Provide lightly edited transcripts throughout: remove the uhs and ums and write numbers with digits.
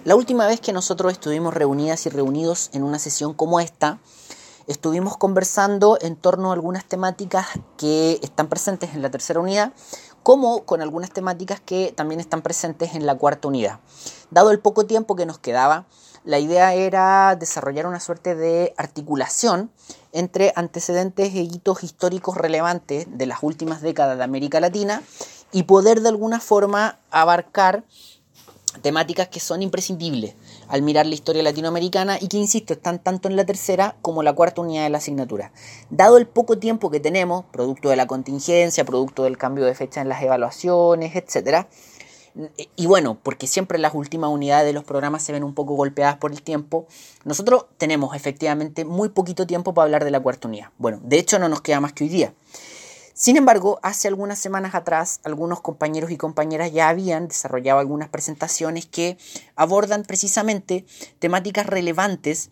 La última vez que nosotros estuvimos reunidas y reunidos en una sesión como esta, estuvimos conversando en torno a algunas temáticas que están presentes en la tercera unidad, como con algunas temáticas que también están presentes en la cuarta unidad. Dado el poco tiempo que nos quedaba, la idea era desarrollar una suerte de articulación entre antecedentes e hitos históricos relevantes de las últimas décadas de América Latina y poder de alguna forma abarcar temáticas que son imprescindibles al mirar la historia latinoamericana y que, insisto, están tanto en la tercera como la cuarta unidad de la asignatura. Dado el poco tiempo que tenemos, producto de la contingencia, producto del cambio de fecha en las evaluaciones, etc., y bueno, porque siempre las últimas unidades de los programas se ven un poco golpeadas por el tiempo, nosotros tenemos efectivamente muy poquito tiempo para hablar de la cuarta unidad. Bueno, de hecho no nos queda más que hoy día. Sin embargo, hace algunas semanas atrás, algunos compañeros y compañeras ya habían desarrollado algunas presentaciones que abordan precisamente temáticas relevantes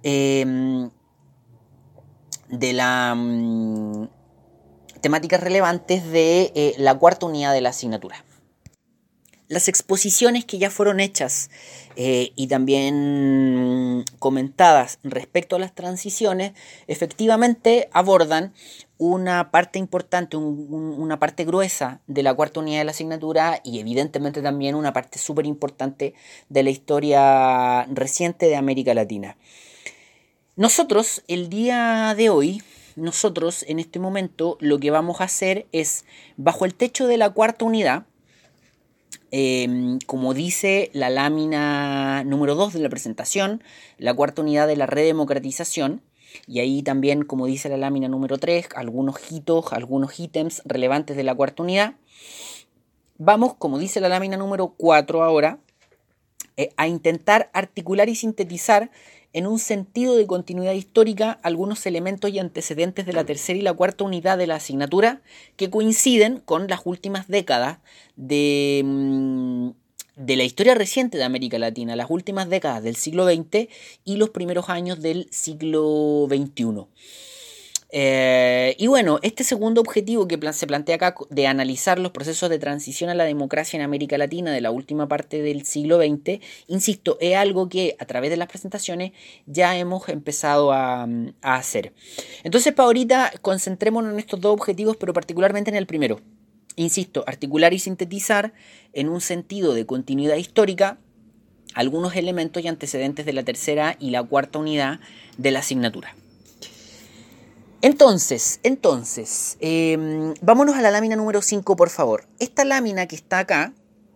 temáticas relevantes de la cuarta unidad de la asignatura. Las exposiciones que ya fueron hechas y también comentadas respecto a las transiciones, efectivamente abordan una parte importante, una parte gruesa de la cuarta unidad de la asignatura y evidentemente también una parte súper importante de la historia reciente de América Latina. Nosotros, el día de hoy, en este momento, lo que vamos a hacer es, bajo el techo de la cuarta unidad, como dice la lámina número 2 de la presentación, la cuarta unidad de la redemocratización, y ahí también, como dice la lámina número 3, algunos hitos, algunos ítems relevantes de la cuarta unidad. Vamos, como dice la lámina número 4 ahora, a intentar articular y sintetizar en un sentido de continuidad histórica algunos elementos y antecedentes de la tercera y la cuarta unidad de la asignatura que coinciden con las últimas décadas de la historia reciente de América Latina, las últimas décadas del siglo XX y los primeros años del siglo XXI. Y bueno, este segundo objetivo que se plantea acá de analizar los procesos de transición a la democracia en América Latina de la última parte del siglo XX, insisto, es algo que a través de las presentaciones ya hemos empezado a hacer. Entonces, para ahorita, concentrémonos en estos dos objetivos, pero particularmente en el primero. Insisto, articular y sintetizar en un sentido de continuidad histórica algunos elementos y antecedentes de la tercera y la cuarta unidad de la asignatura. Entonces, vámonos a la lámina número 5, por favor. Esta lámina que está acá,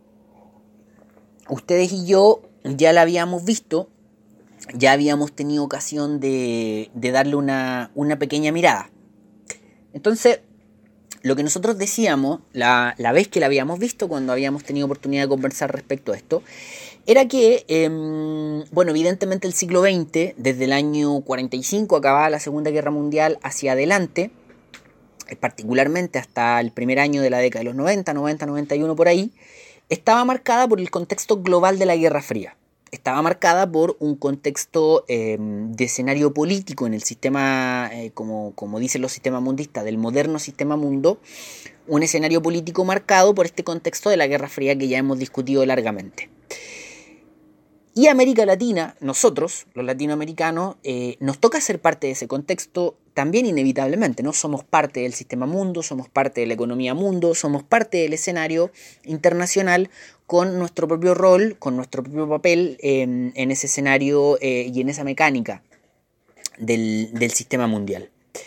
ustedes y yo ya la habíamos visto, ya habíamos tenido ocasión de darle una pequeña mirada. Entonces, lo que nosotros decíamos, la vez que la habíamos visto, cuando habíamos tenido oportunidad de conversar respecto a esto, era que, evidentemente el siglo XX, desde el año 45, acababa la Segunda Guerra Mundial, hacia adelante, particularmente hasta el primer año de la década de los 90, 91 por ahí, estaba marcada por el contexto global de la Guerra Fría. Estaba marcada por un contexto de escenario político en el sistema, como dicen los sistemas mundistas, del moderno sistema mundo, un escenario político marcado por este contexto de la Guerra Fría que ya hemos discutido largamente. Y América Latina, nosotros, los latinoamericanos, nos toca ser parte de ese contexto también inevitablemente, ¿no? Somos parte del sistema mundo, somos parte de la economía mundo, somos parte del escenario internacional con nuestro propio rol, con nuestro propio papel en ese escenario y en esa mecánica del sistema mundial.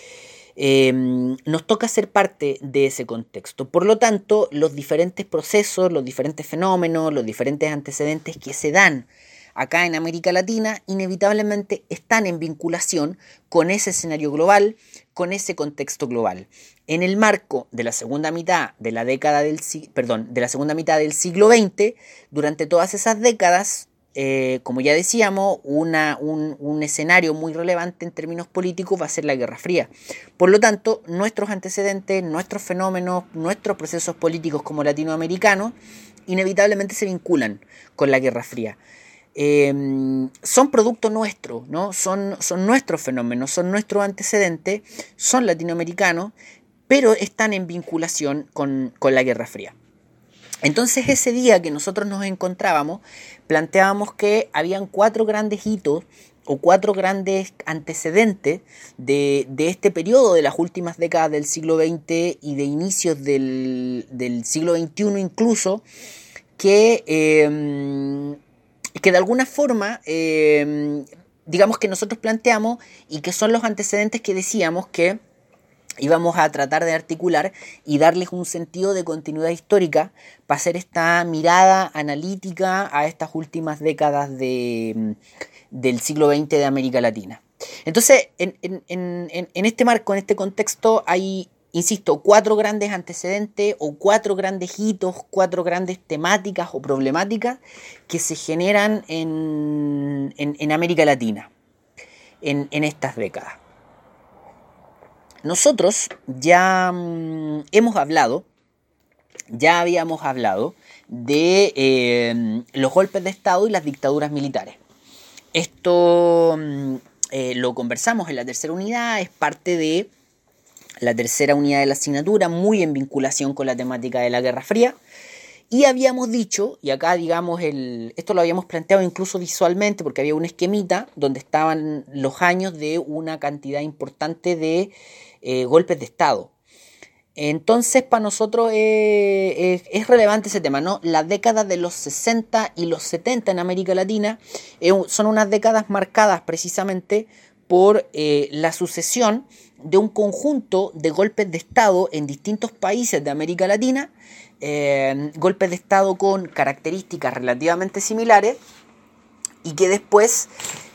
Nos toca ser parte de ese contexto. Por lo tanto, los diferentes procesos, los diferentes fenómenos, los diferentes antecedentes que se dan acá en América Latina inevitablemente están en vinculación con ese escenario global, con ese contexto global. En el marco de la segunda mitad de la segunda mitad del siglo XX, durante todas esas décadas, como ya decíamos, un escenario muy relevante en términos políticos va a ser la Guerra Fría. Por lo tanto, nuestros antecedentes, nuestros fenómenos, nuestros procesos políticos como latinoamericanos, inevitablemente se vinculan con la Guerra Fría. Son producto nuestro, ¿no? Son nuestros fenómenos, son nuestros antecedentes, son latinoamericanos, pero están en vinculación con la Guerra Fría. Entonces ese día que nosotros nos encontrábamos, planteábamos que habían 4 grandes hitos o 4 grandes antecedentes de este periodo de las últimas décadas del siglo XX y de inicios del siglo XXI incluso, que de alguna forma, digamos que nosotros planteamos y que son los antecedentes que decíamos que íbamos a tratar de articular y darles un sentido de continuidad histórica para hacer esta mirada analítica a estas últimas décadas del siglo XX de América Latina. Entonces, en este marco, en este contexto, hay, insisto, 4 grandes antecedentes o 4 grandes hitos, 4 grandes temáticas o problemáticas que se generan en América Latina en estas décadas. Nosotros ya habíamos hablado de los golpes de Estado y las dictaduras militares. Esto lo conversamos en la tercera unidad, es parte de la tercera unidad de la asignatura, muy en vinculación con la temática de la Guerra Fría. Y habíamos dicho, y acá digamos, esto lo habíamos planteado incluso visualmente porque había un esquemita donde estaban los años de una cantidad importante de golpes de Estado. Entonces para nosotros es relevante ese tema, ¿no? Las décadas de los 60 y los 70 en América Latina son unas décadas marcadas precisamente por la sucesión de un conjunto de golpes de Estado en distintos países de América Latina, golpes de Estado con características relativamente similares y que después,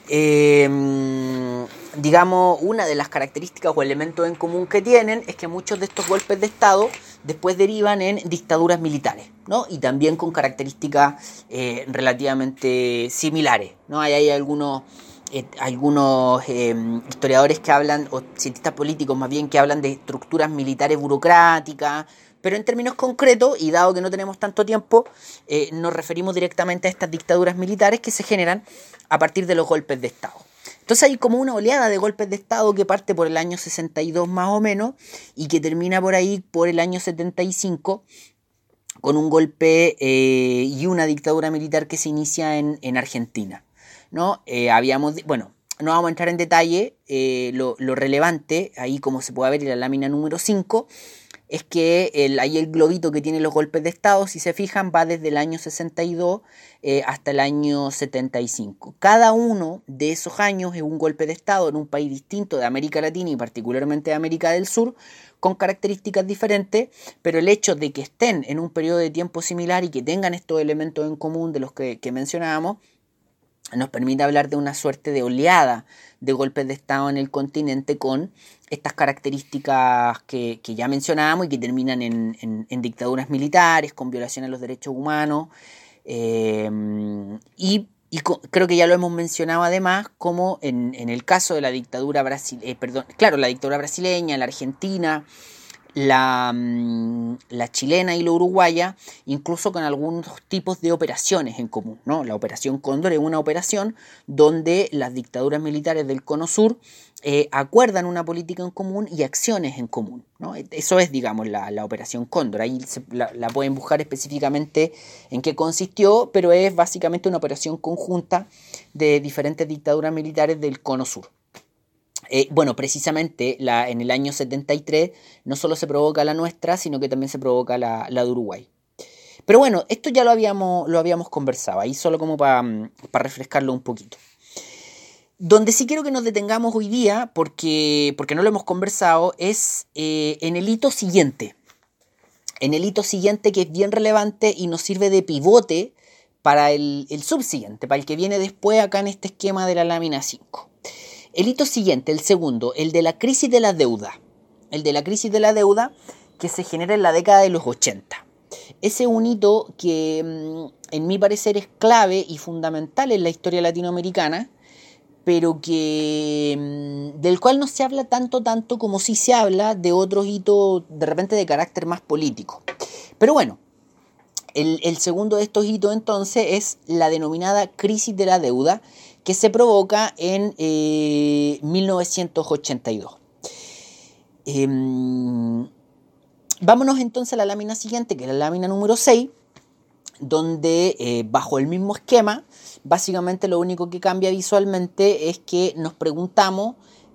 digamos, una de las características o elementos en común que tienen es que muchos de estos golpes de Estado después derivan en dictaduras militares, ¿no? Y también con características relativamente similares, ¿no? Hay algunos historiadores que hablan, o cientistas políticos más bien, que hablan de estructuras militares burocráticas, pero en términos concretos, y dado que no tenemos tanto tiempo, nos referimos directamente a estas dictaduras militares que se generan a partir de los golpes de Estado. Entonces hay como una oleada de golpes de Estado que parte por el año 62 más o menos y que termina por ahí por el año 75 con un golpe y una dictadura militar que se inicia en Argentina, ¿no? No vamos a entrar en detalle, lo relevante, ahí como se puede ver en la lámina número 5, es que ahí el globito que tiene los golpes de Estado, si se fijan, va desde el año 62 hasta el año 75. Cada uno de esos años es un golpe de Estado en un país distinto de América Latina y particularmente de América del Sur, con características diferentes, pero el hecho de que estén en un periodo de tiempo similar y que tengan estos elementos en común de los que mencionábamos, nos permite hablar de una suerte de oleada de golpes de Estado en el continente con estas características que ya mencionábamos y que terminan en dictaduras militares, con violación a los derechos humanos, creo que ya lo hemos mencionado además, como en el caso de la dictadura la dictadura brasileña, la argentina, la chilena y la uruguaya, incluso con algunos tipos de operaciones en común, ¿no? La Operación Cóndor es una operación donde las dictaduras militares del Cono Sur acuerdan una política en común y acciones en común, ¿no? Eso es, digamos, la Operación Cóndor. Ahí la pueden buscar específicamente en qué consistió, pero es básicamente una operación conjunta de diferentes dictaduras militares del Cono Sur. Precisamente en el año 73 no solo se provoca la nuestra, sino que también se provoca la de Uruguay. Pero bueno, esto ya lo habíamos conversado, ahí solo como para refrescarlo un poquito. Donde sí quiero que nos detengamos hoy día, porque no lo hemos conversado, es en el hito siguiente. En el hito siguiente, que es bien relevante y nos sirve de pivote para el subsiguiente, para el que viene después acá en este esquema de la lámina 5. El hito siguiente, el segundo, el de la crisis de la deuda. El de la crisis de la deuda que se genera en la década de los 80. Ese es un hito que, en mi parecer, es clave y fundamental en la historia latinoamericana, pero del cual no se habla tanto como sí se habla de otros hitos de repente de carácter más político. Pero bueno, el segundo de estos hitos entonces es la denominada crisis de la deuda, que se provoca en 1982. Vámonos entonces a la lámina siguiente, que es la lámina número 6, donde bajo el mismo esquema, básicamente lo único que cambia visualmente es que nos preguntamos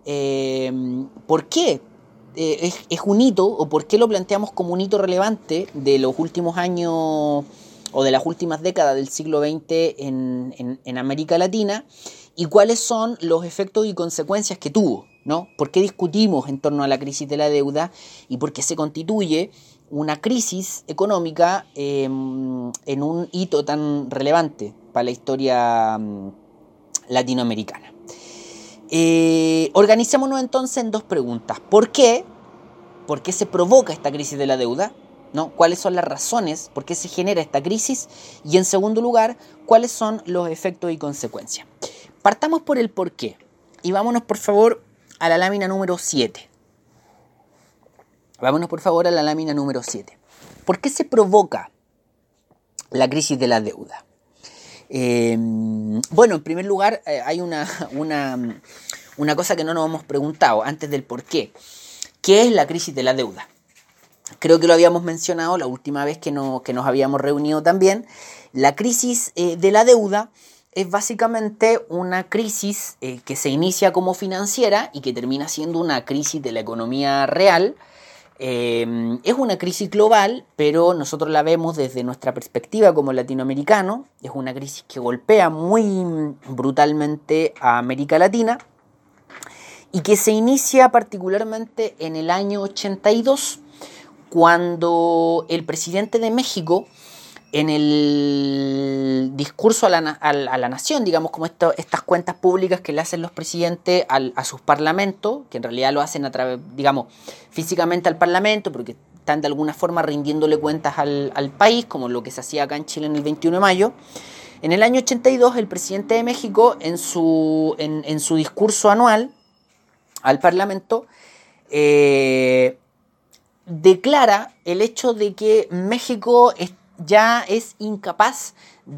por qué es un hito, o por qué lo planteamos como un hito relevante de los últimos años o de las últimas décadas del siglo XX en América Latina, y cuáles son los efectos y consecuencias que tuvo, ¿no? ¿Por qué discutimos en torno a la crisis de la deuda y por qué se constituye una crisis económica en un hito tan relevante para la historia latinoamericana? Organicémonos entonces en dos preguntas. ¿Por qué? ¿Por qué se provoca esta crisis de la deuda? ¿No? ¿Cuáles son las razones por qué se genera esta crisis? Y en segundo lugar, ¿cuáles son los efectos y consecuencias? Partamos por el por qué. Y vámonos por favor a la lámina número 7. Vámonos por favor a la lámina número 7. ¿Por qué se provoca la crisis de la deuda? Bueno, en primer lugar hay una cosa que no nos hemos preguntado antes del por qué. ¿Qué es la crisis de la deuda? Creo que lo habíamos mencionado la última vez que nos habíamos reunido también. La crisis de la deuda es básicamente una crisis que se inicia como financiera y que termina siendo una crisis de la economía real. Es una crisis global, pero nosotros la vemos desde nuestra perspectiva como latinoamericanos. Es una crisis que golpea muy brutalmente a América Latina y que se inicia particularmente en el año 82, cuando el presidente de México, en el discurso a la nación, digamos, como estas cuentas públicas que le hacen los presidentes a sus parlamentos, que en realidad lo hacen a través, digamos, físicamente al parlamento, porque están de alguna forma rindiéndole cuentas al país, como lo que se hacía acá en Chile en el 21 de mayo. En el año 82, el presidente de México, en su discurso anual al parlamento, declara el hecho de que México ya es incapaz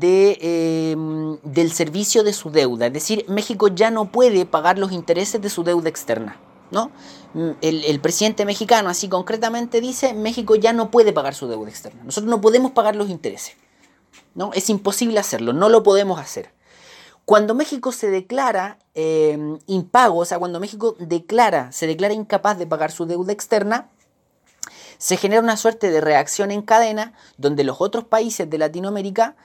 del servicio de su deuda. Es decir, México ya no puede pagar los intereses de su deuda externa, ¿no? El presidente mexicano así concretamente dice: México ya no puede pagar su deuda externa. Nosotros no podemos pagar los intereses, ¿no? Es imposible hacerlo, no lo podemos hacer. Cuando México se declara impago, o sea, cuando México se declara incapaz de pagar su deuda externa, se genera una suerte de reacción en cadena donde los otros países de Latinoamérica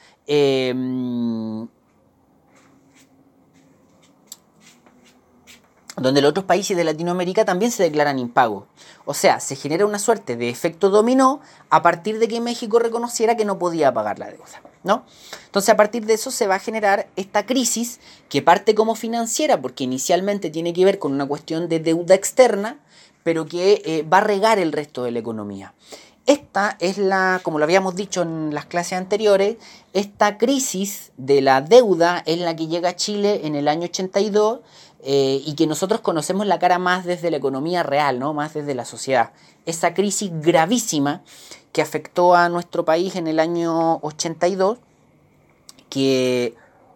también se declaran impagos. O sea, se genera una suerte de efecto dominó a partir de que México reconociera que no podía pagar la deuda, ¿no? Entonces, a partir de eso se va a generar esta crisis que parte como financiera, porque inicialmente tiene que ver con una cuestión de deuda externa, pero que va a regar el resto de la economía. Esta es como lo habíamos dicho en las clases anteriores, esta crisis de la deuda es la que llega a Chile en el año 82 y que nosotros conocemos la cara más desde la economía real, ¿no? Más desde la sociedad. Esa crisis gravísima que afectó a nuestro país en el año 82, que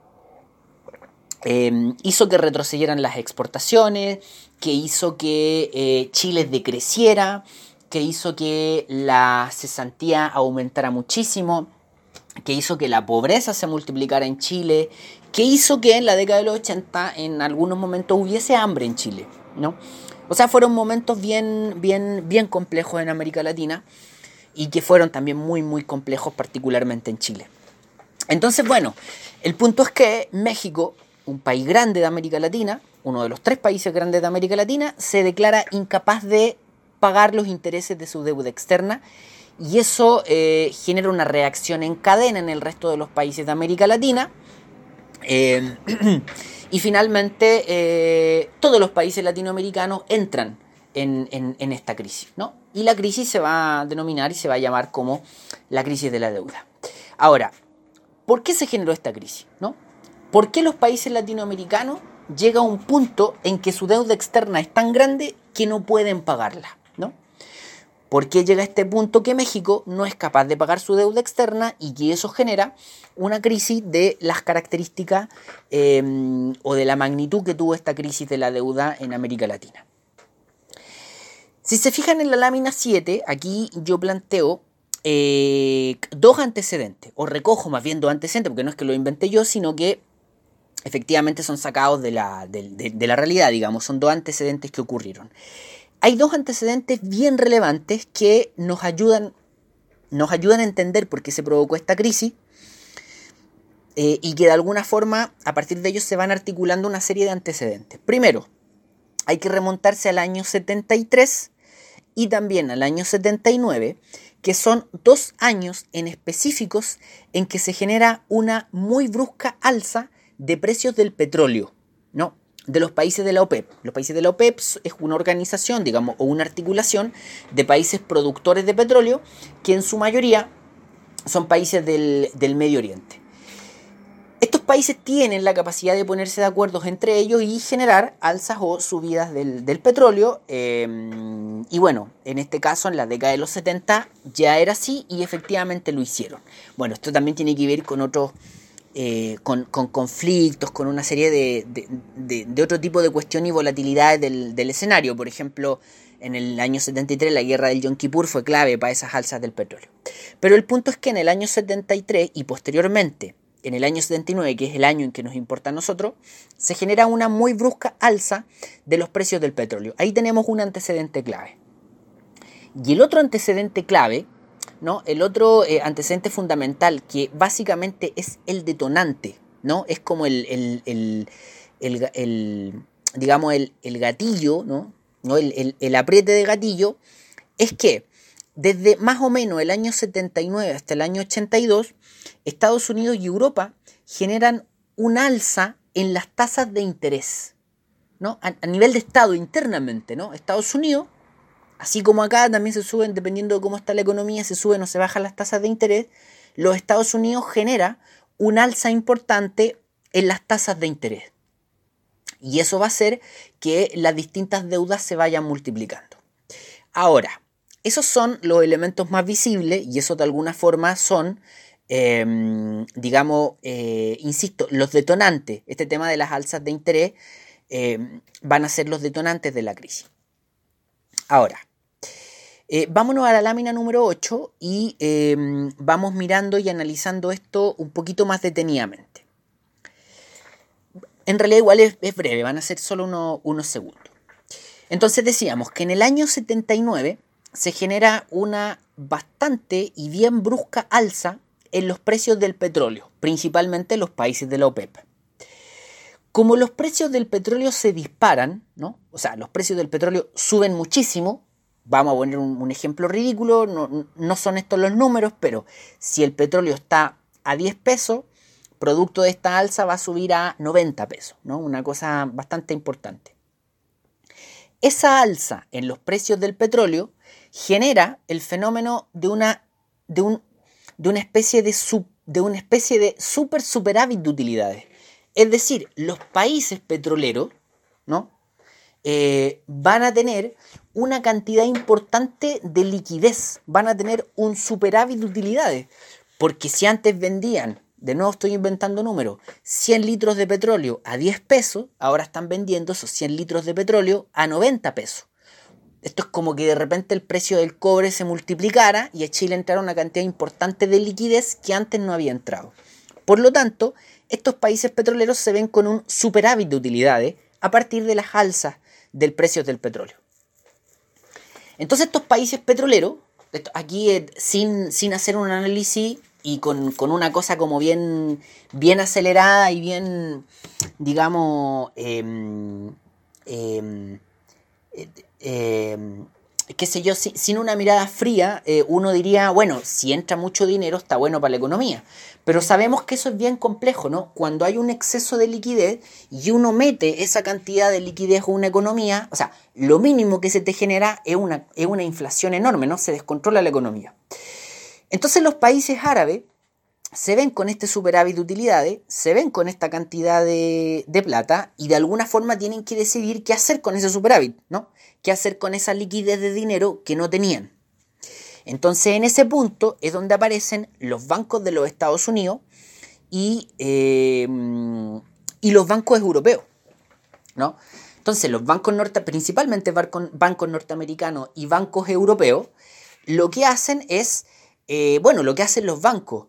hizo que retrocedieran las exportaciones, que hizo que Chile decreciera, que hizo que la cesantía aumentara muchísimo, que hizo que la pobreza se multiplicara en Chile, que hizo que en la década de los 80 en algunos momentos hubiese hambre en Chile, ¿no? O sea, fueron momentos bien complejos en América Latina y que fueron también muy complejos particularmente en Chile. Entonces, bueno, el punto es que México, un país grande de América Latina, uno de los 3 países grandes de América Latina, se declara incapaz de pagar los intereses de su deuda externa, y eso genera una reacción en cadena en el resto de los países de América Latina, y finalmente todos los países latinoamericanos entran en esta crisis, ¿no? Y la crisis se va a denominar y se va a llamar como la crisis de la deuda. Ahora, ¿por qué se generó esta crisis, no? ¿Por qué los países latinoamericanos llegan a un punto en que su deuda externa es tan grande que no pueden pagarla, ¿no? ¿Por qué llega a este punto que México no es capaz de pagar su deuda externa y que eso genera una crisis de las características o de la magnitud que tuvo esta crisis de la deuda en América Latina? Si se fijan en la lámina 7, aquí yo planteo dos antecedentes, o recojo más bien dos antecedentes, porque no es que lo inventé yo, sino que efectivamente son sacados de la realidad, digamos, son dos antecedentes que ocurrieron. Hay dos antecedentes bien relevantes que nos ayudan a entender por qué se provocó esta crisis, y que de alguna forma a partir de ellos se van articulando una serie de antecedentes. Primero, hay que remontarse al año 73 y también al año 79, que son 2 años en específicos en que se genera una muy brusca alza de precios del petróleo, ¿no? De los países de la OPEP. Los países de la OPEP es una organización, digamos, o una articulación de países productores de petróleo que en su mayoría son países del Medio Oriente. Estos países tienen la capacidad de ponerse de acuerdo entre ellos y generar alzas o subidas del petróleo. Y bueno, en este caso, en la década de los 70 ya era así y efectivamente lo hicieron. Bueno, esto también tiene que ver con otros con conflictos, con una serie de otro tipo de cuestión y volatilidades del escenario. Por ejemplo, en el año 73 la guerra del Yom Kippur fue clave para esas alzas del petróleo. Pero el punto es que en el año 73 y posteriormente en el año 79, que es el año en que nos importa a nosotros, se genera una muy brusca alza de los precios del petróleo. Ahí tenemos un antecedente clave. Y el otro antecedente clave, ¿no? El otro antecedente fundamental, que básicamente es el detonante, ¿no? Es como digamos, el gatillo, ¿no? El apriete de gatillo, es que desde más o menos el año 79 hasta el año 82, Estados Unidos y Europa generan un alza en las tasas de interés, ¿no? A nivel de Estado, internamente, ¿no? Estados Unidos, así como acá también se suben, dependiendo de cómo está la economía, se suben o se bajan las tasas de interés, los Estados Unidos genera un alza importante en las tasas de interés. Y eso va a hacer que las distintas deudas se vayan multiplicando. Ahora, esos son los elementos más visibles y eso de alguna forma son, insisto, los detonantes. Este tema de las alzas de interés van a ser los detonantes de la crisis. Ahora, vámonos a la lámina número 8 y vamos mirando y analizando esto un poquito más detenidamente. En realidad igual es breve, van a ser solo unos segundos. Entonces decíamos que en el año 79 se genera una bastante y bien brusca alza en los precios del petróleo, principalmente en los países de la OPEP. Como los precios del petróleo se disparan, ¿no? O sea, los precios del petróleo suben muchísimo. Vamos a poner un ejemplo ridículo, no son estos los números, pero si el petróleo está a 10 pesos, producto de esta alza va a subir a 90 pesos, ¿no? Una cosa bastante importante. Esa alza en los precios del petróleo genera el fenómeno de una especie de superávit de utilidades. Es decir, los países petroleros, ¿no? Van a tener una cantidad importante de liquidez, van a tener un superávit de utilidades, porque si antes vendían, de nuevo estoy inventando números, 100 litros de petróleo a 10 pesos, ahora están vendiendo esos 100 litros de petróleo a 90 pesos. Esto es como que de repente el precio del cobre se multiplicara y a Chile entrara una cantidad importante de liquidez que antes no había entrado. Por lo tanto, estos países petroleros se ven con un superávit de utilidades a partir de las alzas del precio del petróleo. Entonces estos países petroleros, aquí sin hacer un análisis y con una cosa como bien acelerada y bien, digamos, qué sé yo, sin una mirada fría, uno diría, bueno, si entra mucho dinero está bueno para la economía. Pero sabemos que eso es bien complejo, ¿no? Cuando hay un exceso de liquidez y uno mete esa cantidad de liquidez en una economía, o sea, lo mínimo que se te genera es una inflación enorme, ¿no? Se descontrola la economía. Entonces los países árabes se ven con este superávit de utilidades, se ven con esta cantidad de plata y de alguna forma tienen que decidir qué hacer con ese superávit, ¿no? Qué hacer con esa liquidez de dinero que no tenían. Entonces en ese punto es donde aparecen los bancos de los Estados Unidos y los bancos europeos, ¿no? Entonces los bancos principalmente bancos norteamericanos y bancos europeos, lo que hacen es bueno, lo que hacen los bancos.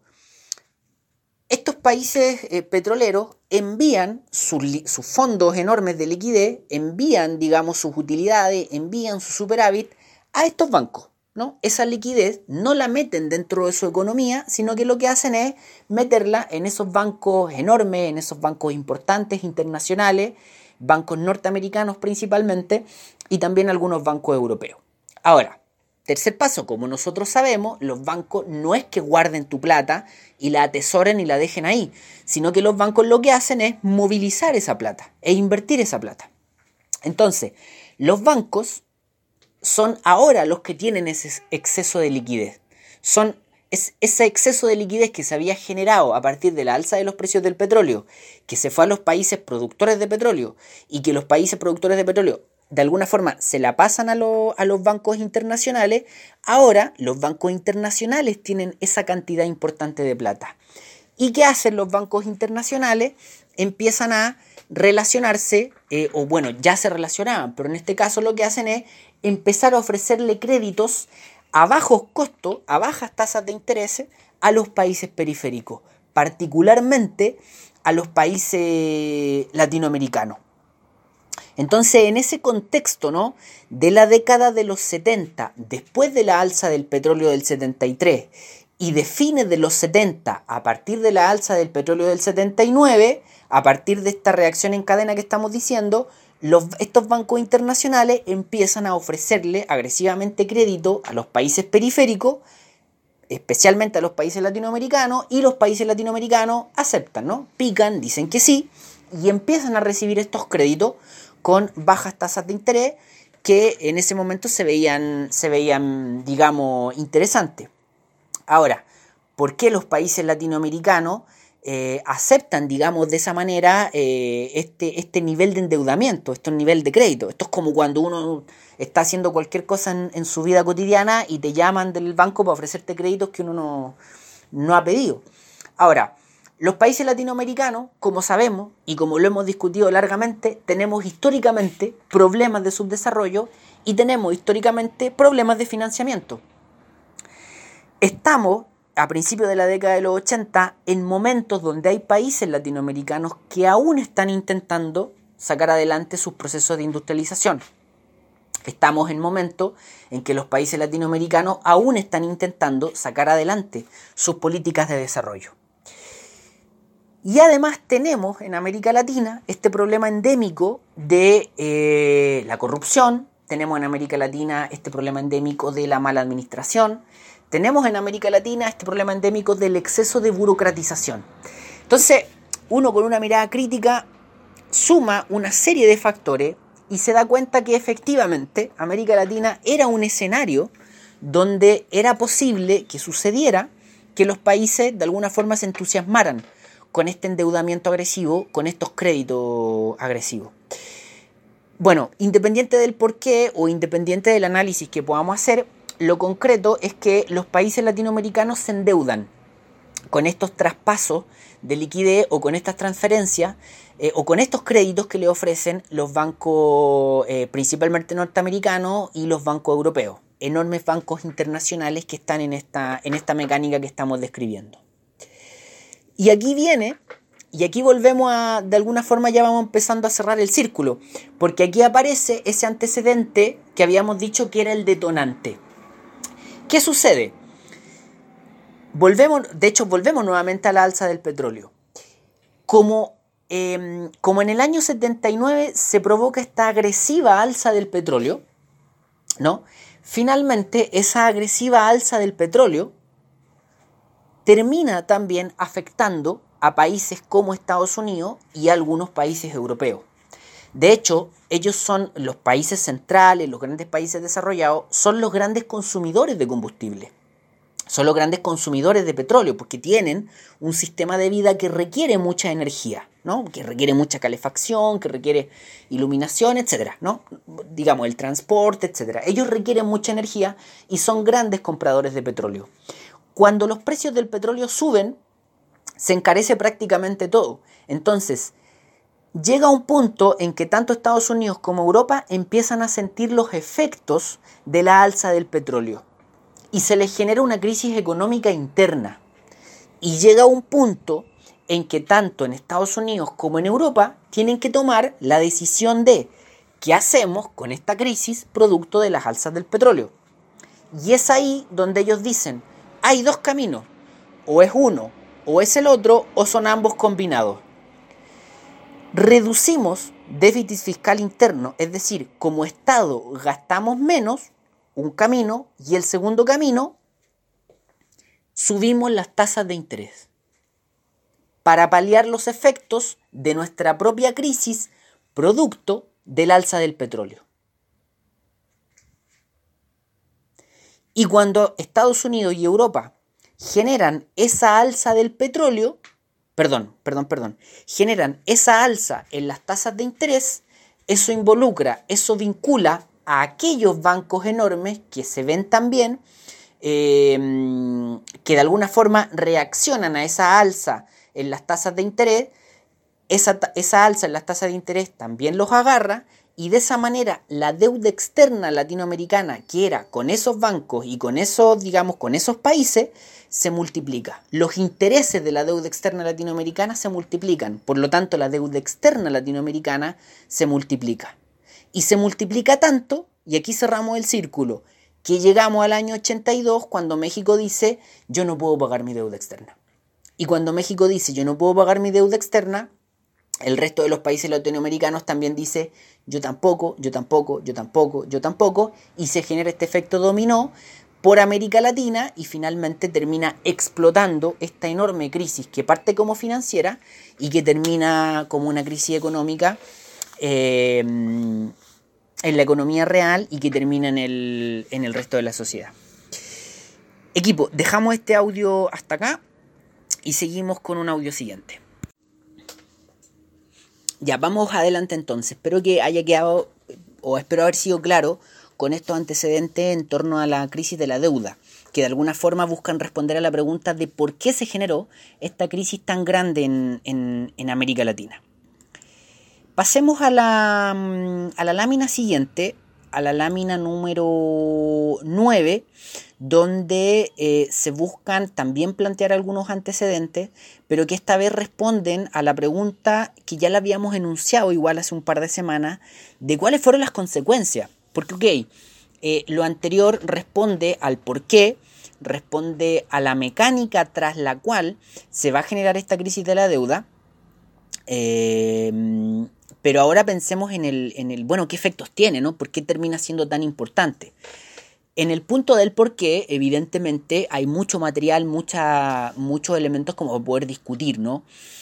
Estos países petroleros envían sus fondos enormes de liquidez, envían, digamos, sus utilidades, envían su superávit a estos bancos, ¿no? Esa liquidez no la meten dentro de su economía, sino que lo que hacen es meterla en esos bancos enormes, en esos bancos importantes internacionales, bancos norteamericanos principalmente, y también algunos bancos europeos. Ahora, tercer paso, como nosotros sabemos, los bancos no es que guarden tu plata y la atesoren y la dejen ahí, sino que los bancos lo que hacen es movilizar esa plata e invertir esa plata. Entonces, los bancos son ahora los que tienen ese exceso de liquidez. Ese exceso de liquidez que se había generado a partir de la alza de los precios del petróleo, que se fue a los países productores de petróleo y que los países productores de petróleo de alguna forma se la pasan a los bancos internacionales. Ahora los bancos internacionales tienen esa cantidad importante de plata. ¿Y qué hacen los bancos internacionales? Empiezan a relacionarse, o bueno, ya se relacionaban, pero en este caso lo que hacen es empezar a ofrecerle créditos a bajos costos, a bajas tasas de interés a los países periféricos, particularmente a los países latinoamericanos. Entonces, en ese contexto, ¿no?, de la década de los 70, después de la alza del petróleo del 73 y de fines de los 70, a partir de la alza del petróleo del 79, a partir de esta reacción en cadena que estamos diciendo, estos bancos internacionales empiezan a ofrecerle agresivamente crédito a los países periféricos, especialmente a los países latinoamericanos, y los países latinoamericanos aceptan, ¿no? Pican, dicen que sí, y empiezan a recibir estos créditos con bajas tasas de interés que en ese momento se veían, digamos, interesantes. Ahora, ¿por qué los países latinoamericanos aceptan, digamos, de esa manera este nivel de endeudamiento, este nivel de crédito? Esto es como cuando uno está haciendo cualquier cosa en su vida cotidiana y te llaman del banco para ofrecerte créditos que uno no ha pedido. Ahora, los países latinoamericanos, como sabemos y como lo hemos discutido largamente, tenemos históricamente problemas de subdesarrollo y tenemos históricamente problemas de financiamiento. Estamos, a principios de la década de los 80, en momentos donde hay países latinoamericanos que aún están intentando sacar adelante sus procesos de industrialización. Estamos en momentos en que los países latinoamericanos aún están intentando sacar adelante sus políticas de desarrollo. Y además tenemos en América Latina este problema endémico de la corrupción, tenemos en América Latina este problema endémico de la mala administración, tenemos en América Latina este problema endémico del exceso de burocratización. Entonces, uno con una mirada crítica suma una serie de factores y se da cuenta que efectivamente América Latina era un escenario donde era posible que sucediera que los países de alguna forma se entusiasmaran con este endeudamiento agresivo, con estos créditos agresivos. Bueno, independiente del porqué o independiente del análisis que podamos hacer, lo concreto es que los países latinoamericanos se endeudan con estos traspasos de liquidez o con estas transferencias o con estos créditos que le ofrecen los bancos principalmente norteamericanos y los bancos europeos, enormes bancos internacionales que están en esta mecánica que estamos describiendo. Y aquí volvemos a, de alguna forma ya vamos empezando a cerrar el círculo, porque aquí aparece ese antecedente que habíamos dicho que era el detonante. ¿Qué sucede? Volvemos nuevamente a la alza del petróleo. Como en el año 79 se provoca esta agresiva alza del petróleo, ¿no? Finalmente esa agresiva alza del petróleo termina también afectando a países como Estados Unidos y a algunos países europeos. De hecho, ellos son los países centrales, los grandes países desarrollados, son los grandes consumidores de combustible. Son los grandes consumidores de petróleo porque tienen un sistema de vida que requiere mucha energía, ¿no? Que requiere mucha calefacción, que requiere iluminación, etcétera, ¿no? Digamos, el transporte, etcétera. Ellos requieren mucha energía y son grandes compradores de petróleo. Cuando los precios del petróleo suben, se encarece prácticamente todo. Entonces, llega un punto en que tanto Estados Unidos como Europa empiezan a sentir los efectos de la alza del petróleo. y se les genera una crisis económica interna. Y llega un punto en que tanto en Estados Unidos como en Europa tienen que tomar la decisión de qué hacemos con esta crisis producto de las alzas del petróleo. Y es ahí donde ellos dicen, hay dos caminos, o es uno, o es el otro, o son ambos combinados. Reducimos déficit fiscal interno, es decir, como Estado gastamos menos, un camino, y el segundo camino, subimos las tasas de interés para paliar los efectos de nuestra propia crisis producto del alza del petróleo. Y cuando Estados Unidos y Europa generan esa alza del petróleo, generan esa alza en las tasas de interés, eso involucra, eso vincula a aquellos bancos enormes que se ven también, que de alguna forma reaccionan a esa alza en las tasas de interés, esa alza en las tasas de interés también los agarra, y de esa manera la deuda externa latinoamericana, que era con esos bancos y con esos, con esos países, se multiplica. Los intereses de la deuda externa latinoamericana se multiplican, por lo tanto la deuda externa latinoamericana se multiplica. Y se multiplica tanto, y aquí cerramos el círculo, que llegamos al año 82 cuando México dice, yo no puedo pagar mi deuda externa. Y cuando México dice, yo no puedo pagar mi deuda externa, el resto de los países latinoamericanos también dice, yo tampoco, y se genera este efecto dominó por América Latina y finalmente termina explotando esta enorme crisis que parte como financiera y que termina como una crisis económica en la economía real y que termina en el resto de la sociedad. Equipo, dejamos este audio hasta acá y seguimos con un audio siguiente. Ya, vamos adelante entonces. Espero que haya quedado, o espero haber sido claro con estos antecedentes en torno a la crisis de la deuda, que de alguna forma buscan responder a la pregunta de por qué se generó esta crisis tan grande en América Latina. Pasemos a la lámina siguiente, a la lámina número 9, donde se buscan también plantear algunos antecedentes, pero que esta vez responden a la pregunta que ya la habíamos enunciado igual hace un par de semanas, de cuáles fueron las consecuencias. Porque, lo anterior responde al por qué, responde a la mecánica tras la cual se va a generar esta crisis de la deuda, pero ahora pensemos en el bueno, qué efectos tiene, ¿no? ¿Por qué termina siendo tan importante? En el punto del por qué, evidentemente, hay mucho material, muchos elementos como para poder discutir, ¿no?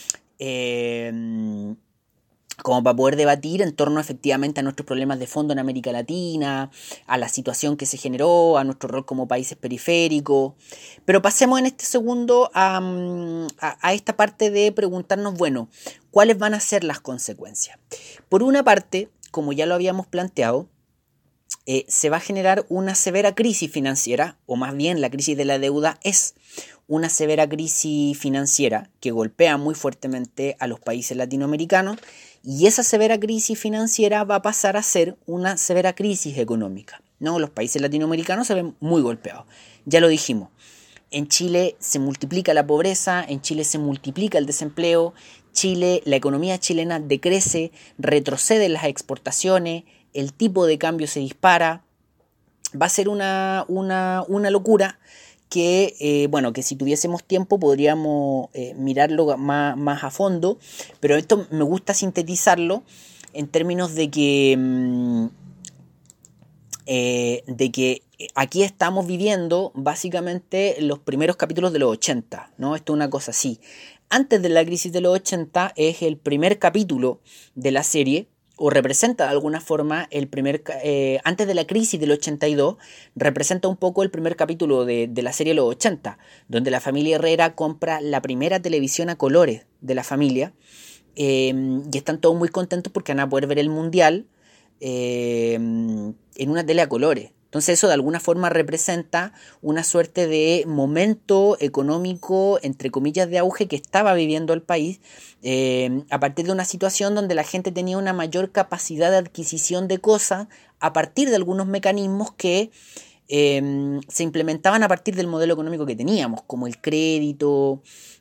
Como para poder debatir en torno efectivamente a nuestros problemas de fondo en América Latina, a la situación que se generó, a nuestro rol como países periféricos. Pero pasemos en este segundo a esta parte de preguntarnos, bueno, ¿cuáles van a ser las consecuencias? Por una parte, como ya lo habíamos planteado, se va a generar una severa crisis financiera, o más bien la crisis de la deuda es una severa crisis financiera que golpea muy fuertemente a los países latinoamericanos, y esa severa crisis financiera va a pasar a ser una severa crisis económica, ¿no? Los países latinoamericanos se ven muy golpeados, ya lo dijimos. En Chile se multiplica la pobreza, en Chile se multiplica el desempleo, la economía chilena decrece, retrocede las exportaciones, el tipo de cambio se dispara. Va a ser una locura que, que si tuviésemos tiempo podríamos mirarlo más a fondo, pero esto me gusta sintetizarlo en términos de que aquí estamos viviendo básicamente los primeros capítulos de los 80, ¿no? Esto es una cosa así. Antes de la crisis de los 80 es el primer capítulo de la serie, o representa de alguna forma antes de la crisis del 82, representa un poco el primer capítulo de la serie Los 80, donde la familia Herrera compra la primera televisión a colores de la familia, y están todos muy contentos porque van a poder ver el mundial en una tele a colores. Entonces eso de alguna forma representa una suerte de momento económico, entre comillas, de auge que estaba viviendo el país, a partir de una situación donde la gente tenía una mayor capacidad de adquisición de cosas a partir de algunos mecanismos que se implementaban a partir del modelo económico que teníamos, como el crédito,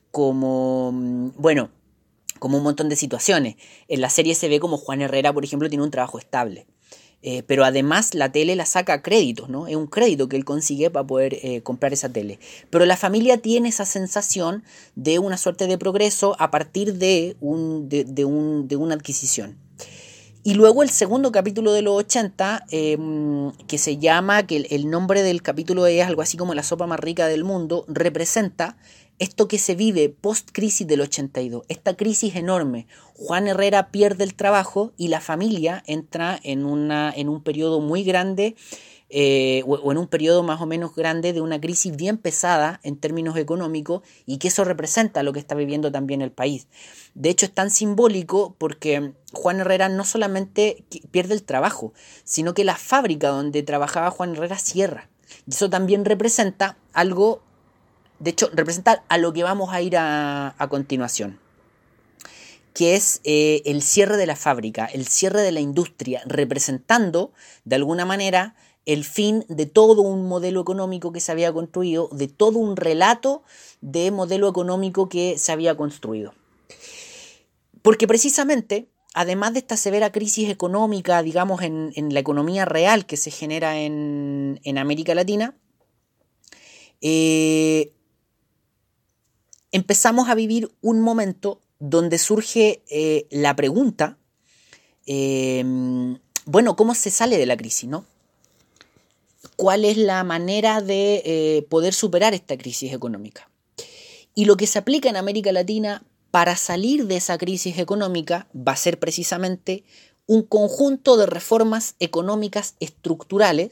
como un montón de situaciones. En la serie se ve como Juan Herrera, por ejemplo, tiene un trabajo estable. Pero además la tele la saca a créditos, ¿no? Es un crédito que él consigue para poder comprar esa tele. Pero la familia tiene esa sensación de una suerte de progreso a partir de una adquisición. Y luego el segundo capítulo de los 80, que se llama, que el nombre del capítulo es algo así como la sopa más rica del mundo, representa esto que se vive post-crisis del 82, esta crisis enorme. Juan Herrera pierde el trabajo y la familia entra en un periodo muy grande, o en un periodo más o menos grande de una crisis bien pesada en términos económicos, y que eso representa lo que está viviendo también el país. De hecho, es tan simbólico porque Juan Herrera no solamente pierde el trabajo, sino que la fábrica donde trabajaba Juan Herrera cierra. Y eso también representa algo. De hecho, representa a lo que vamos a ir a continuación, que es el cierre de la fábrica, el cierre de la industria, representando de alguna manera el fin de todo un modelo económico que se había construido, de todo un relato de modelo económico que se había construido. Porque precisamente, además de esta severa crisis económica, digamos, en la economía real que se genera en América Latina, empezamos a vivir un momento donde surge la pregunta, ¿cómo se sale de la crisis, no? ¿Cuál es la manera de poder superar esta crisis económica? Y lo que se aplica en América Latina para salir de esa crisis económica va a ser precisamente un conjunto de reformas económicas estructurales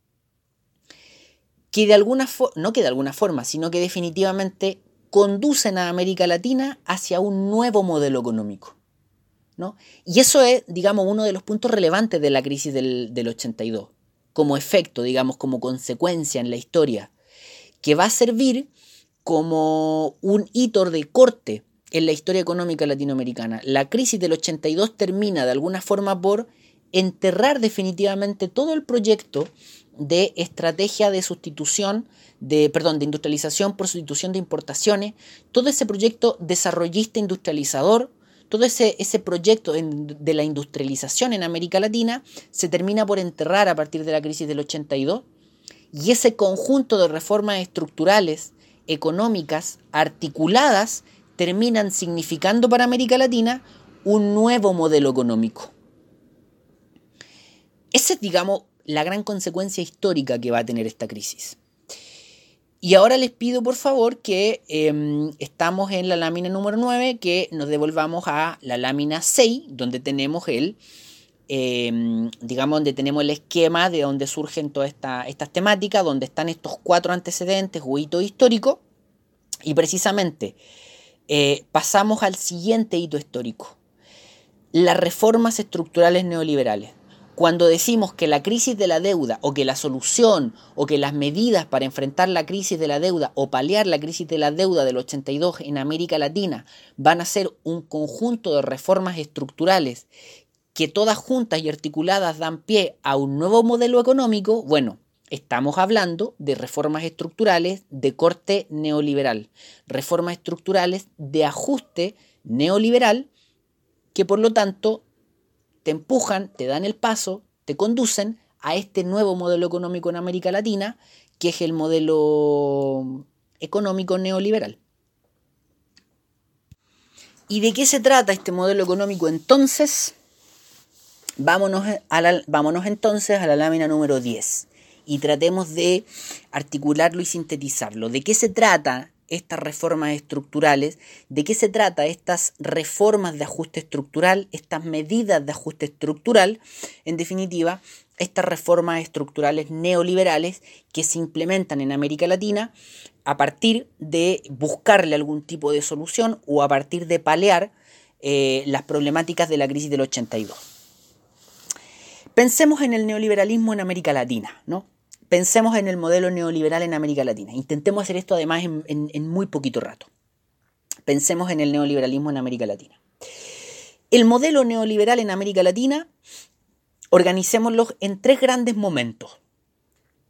que no que de alguna forma, sino que definitivamente conducen a América Latina hacia un nuevo modelo económico, ¿no? Y eso es, digamos, uno de los puntos relevantes de la crisis del 82, como efecto, digamos, como consecuencia en la historia, que va a servir como un hito de corte en la historia económica latinoamericana. La crisis del 82 termina de alguna forma por enterrar definitivamente todo el proyecto de estrategia de sustitución, de industrialización por sustitución de importaciones, todo ese proyecto desarrollista industrializador, todo ese proyecto de la industrialización en América Latina se termina por enterrar a partir de la crisis del 82, y ese conjunto de reformas estructurales, económicas, articuladas, terminan significando para América Latina un nuevo modelo económico. Esa es, digamos, la gran consecuencia histórica que va a tener esta crisis. Y ahora les pido por favor que estamos en la lámina número 9, que nos devolvamos a la lámina 6, donde tenemos donde tenemos el esquema de donde surgen todas estas temáticas, donde están estos 4 antecedentes o hitos históricos, y precisamente pasamos al siguiente hito histórico: las reformas estructurales neoliberales. Cuando decimos que la crisis de la deuda, o que la solución, o que las medidas para enfrentar la crisis de la deuda o paliar la crisis de la deuda del 82 en América Latina van a ser un conjunto de reformas estructurales que todas juntas y articuladas dan pie a un nuevo modelo económico, bueno, estamos hablando de reformas estructurales de corte neoliberal, reformas estructurales de ajuste neoliberal que por lo tanto te empujan, te dan el paso, te conducen a este nuevo modelo económico en América Latina, que es el modelo económico neoliberal. ¿Y de qué se trata este modelo económico entonces? Vámonos entonces a la lámina número 10 y tratemos de articularlo y sintetizarlo. ¿De qué se trata estas reformas estructurales? ¿De qué se trata estas reformas de ajuste estructural, estas medidas de ajuste estructural? En definitiva, estas reformas estructurales neoliberales que se implementan en América Latina a partir de buscarle algún tipo de solución o a partir de paliar las problemáticas de la crisis del 82. Pensemos en el neoliberalismo en América Latina, ¿no? Pensemos en el modelo neoliberal en América Latina. Intentemos hacer esto además en muy poquito rato. Pensemos en el neoliberalismo en América Latina. El modelo neoliberal en América Latina, organicémoslo en 3 grandes momentos, ¿no?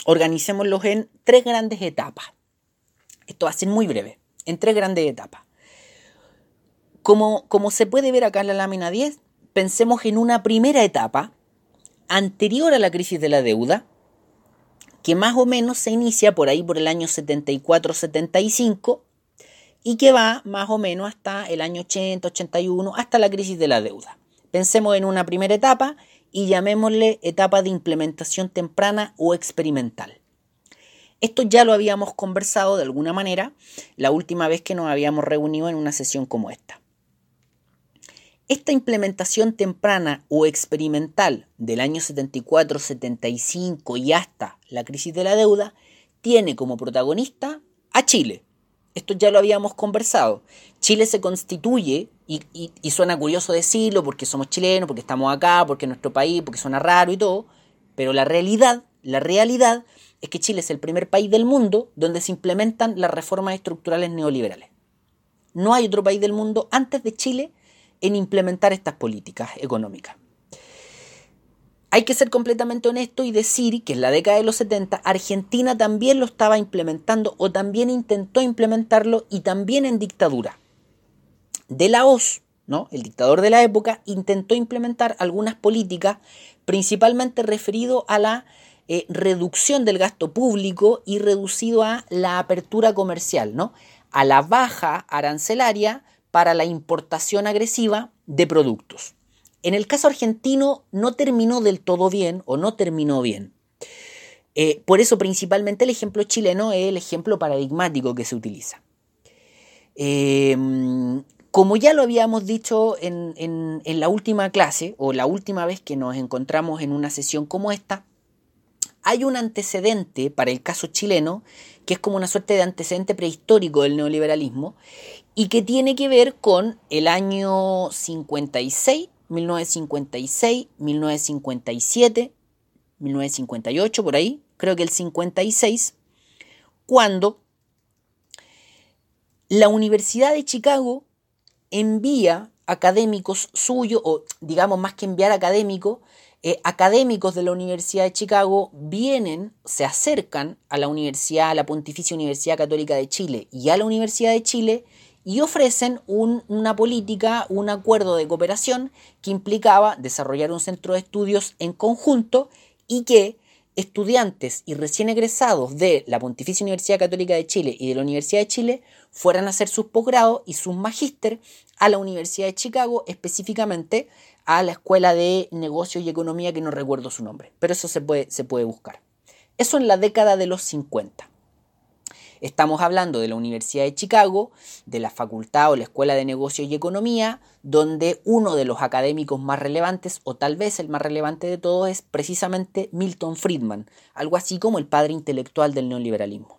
organicémoslos en 3 grandes etapas. Esto va a ser muy breve, en 3 grandes etapas. Como se puede ver acá en la lámina 10, pensemos en una primera etapa anterior a la crisis de la deuda, que más o menos se inicia por ahí por el año 74-75 y que va más o menos hasta el año 80-81, hasta la crisis de la deuda. Pensemos en una primera etapa y llamémosle etapa de implementación temprana o experimental. Esto ya lo habíamos conversado de alguna manera la última vez que nos habíamos reunido en una sesión como esta. Esta implementación temprana o experimental del año 74-75 y hasta la crisis de la deuda tiene como protagonista a Chile. Esto ya lo habíamos conversado. Chile se constituye, y suena curioso decirlo porque somos chilenos, porque estamos acá, porque es nuestro país, porque suena raro y todo, pero la realidad es que Chile es el primer país del mundo donde se implementan las reformas estructurales neoliberales. No hay otro país del mundo antes de Chile en implementar estas políticas económicas. Hay que ser completamente honesto y decir que en la década de los 70 Argentina también lo estaba implementando o también intentó implementarlo y también en dictadura. De la Hoz, ¿no? El dictador de la época intentó implementar algunas políticas principalmente referido a la reducción del gasto público y reducido a la apertura comercial, ¿no? A la baja arancelaria para la importación agresiva de productos. En el caso argentino no terminó del todo bien o no terminó bien. Por eso principalmente el ejemplo chileno es el ejemplo paradigmático que se utiliza. Como ya lo habíamos dicho en la última clase o la última vez que nos encontramos en una sesión como esta, hay un antecedente para el caso chileno que es como una suerte de antecedente prehistórico del neoliberalismo y que tiene que ver con el año 56, 1956, 1957, 1958, por ahí, creo que el 56, cuando la Universidad de Chicago envía académicos suyos, o digamos más que enviar académicos de la Universidad de Chicago vienen, se acercan a la universidad, a la Pontificia Universidad Católica de Chile y a la Universidad de Chile y ofrecen una política, un acuerdo de cooperación que implicaba desarrollar un centro de estudios en conjunto y que estudiantes y recién egresados de la Pontificia Universidad Católica de Chile y de la Universidad de Chile fueran a hacer sus posgrados y sus magíster a la Universidad de Chicago, específicamente a la Escuela de Negocios y Economía, que no recuerdo su nombre, pero eso se puede buscar. Eso en la década de los 50. Estamos hablando de la Universidad de Chicago, de la Facultad o la Escuela de Negocios y Economía, donde uno de los académicos más relevantes, o tal vez el más relevante de todos, es precisamente Milton Friedman, algo así como el padre intelectual del neoliberalismo.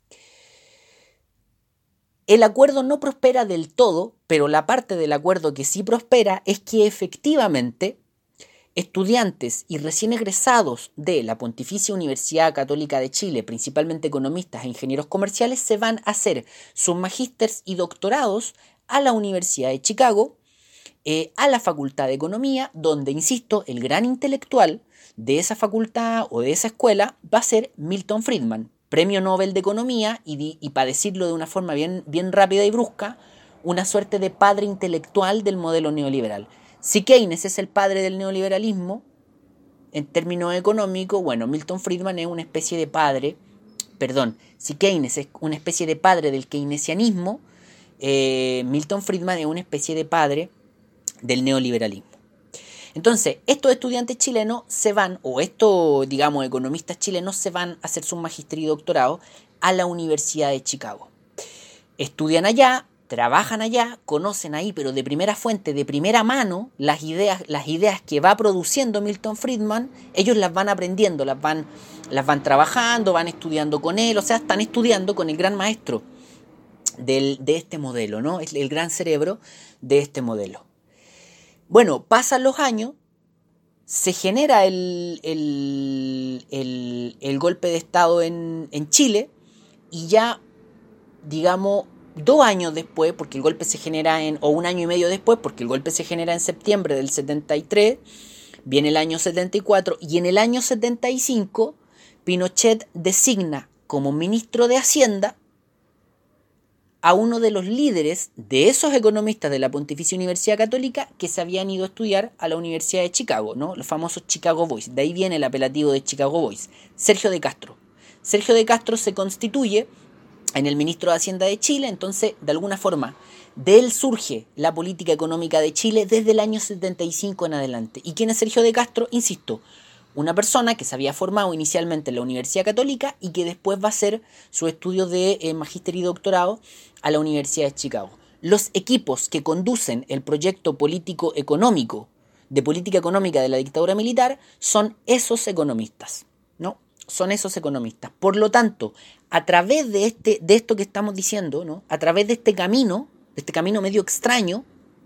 El acuerdo no prospera del todo, pero la parte del acuerdo que sí prospera es que efectivamente estudiantes y recién egresados de la Pontificia Universidad Católica de Chile, principalmente economistas e ingenieros comerciales, se van a hacer sus magísters y doctorados a la Universidad de Chicago, a la Facultad de Economía, donde, insisto, el gran intelectual de esa facultad o de esa escuela va a ser Milton Friedman, premio Nobel de Economía y para decirlo de una forma bien rápida y brusca, una suerte de padre intelectual del modelo neoliberal. Si Keynes es el padre del neoliberalismo, en términos económicos, bueno, Milton Friedman es una especie de padre, si Keynes es una especie de padre del keynesianismo, Milton Friedman es una especie de padre del neoliberalismo. Entonces, estos estudiantes chilenos se van, o estos, digamos, economistas chilenos se van a hacer su magíster y doctorado a la Universidad de Chicago. Estudian allá, trabajan allá, conocen ahí, pero de primera fuente, de primera mano, las ideas que va produciendo Milton Friedman, ellos las van aprendiendo, las van trabajando, van estudiando con él, o sea, están estudiando con el gran maestro de este modelo, ¿no? El gran cerebro de este modelo. Bueno, pasan los años, se genera el golpe de Estado en Chile y ya, digamos, 2 años después, porque el golpe se genera o 1 año y medio después, porque el golpe se genera en septiembre del 73, viene el año 74 y en el año 75 Pinochet designa como ministro de Hacienda a uno de los líderes de esos economistas de la Pontificia Universidad Católica que se habían ido a estudiar a la Universidad de Chicago, ¿no? Los famosos Chicago Boys. De ahí viene el apelativo de Chicago Boys. Sergio de Castro. Sergio de Castro se constituye en el ministro de Hacienda de Chile, entonces, de alguna forma, de él surge la política económica de Chile desde el año 75 en adelante. ¿Y quién es Sergio de Castro? Insisto, una persona que se había formado inicialmente en la Universidad Católica y que después va a hacer sus estudios de magíster y doctorado a la Universidad de Chicago. Los equipos que conducen el proyecto político-económico de política económica de la dictadura militar son esos economistas, ¿no? Son esos economistas. Por lo tanto, a través de esto que estamos diciendo, ¿no? A través de este camino medio extraño,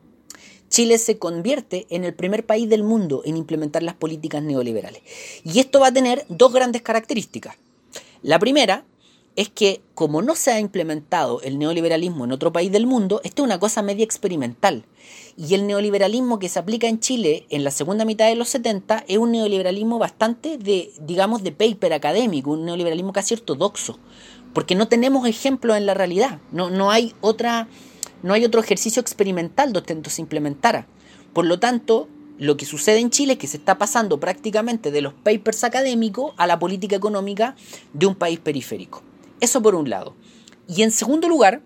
Chile se convierte en el primer país del mundo en implementar las políticas neoliberales. Y esto va a tener dos grandes características. La primera es que, como no se ha implementado el neoliberalismo en otro país del mundo, esto es una cosa media experimental. Y el neoliberalismo que se aplica en Chile en la segunda mitad de los 70 es un neoliberalismo bastante de paper académico, un neoliberalismo casi ortodoxo, porque no tenemos ejemplos en la realidad, no hay otro ejercicio experimental donde esto se implementara. Por lo tanto, lo que sucede en Chile es que se está pasando prácticamente de los papers académicos a la política económica de un país periférico. Eso por un lado. Y en segundo lugar,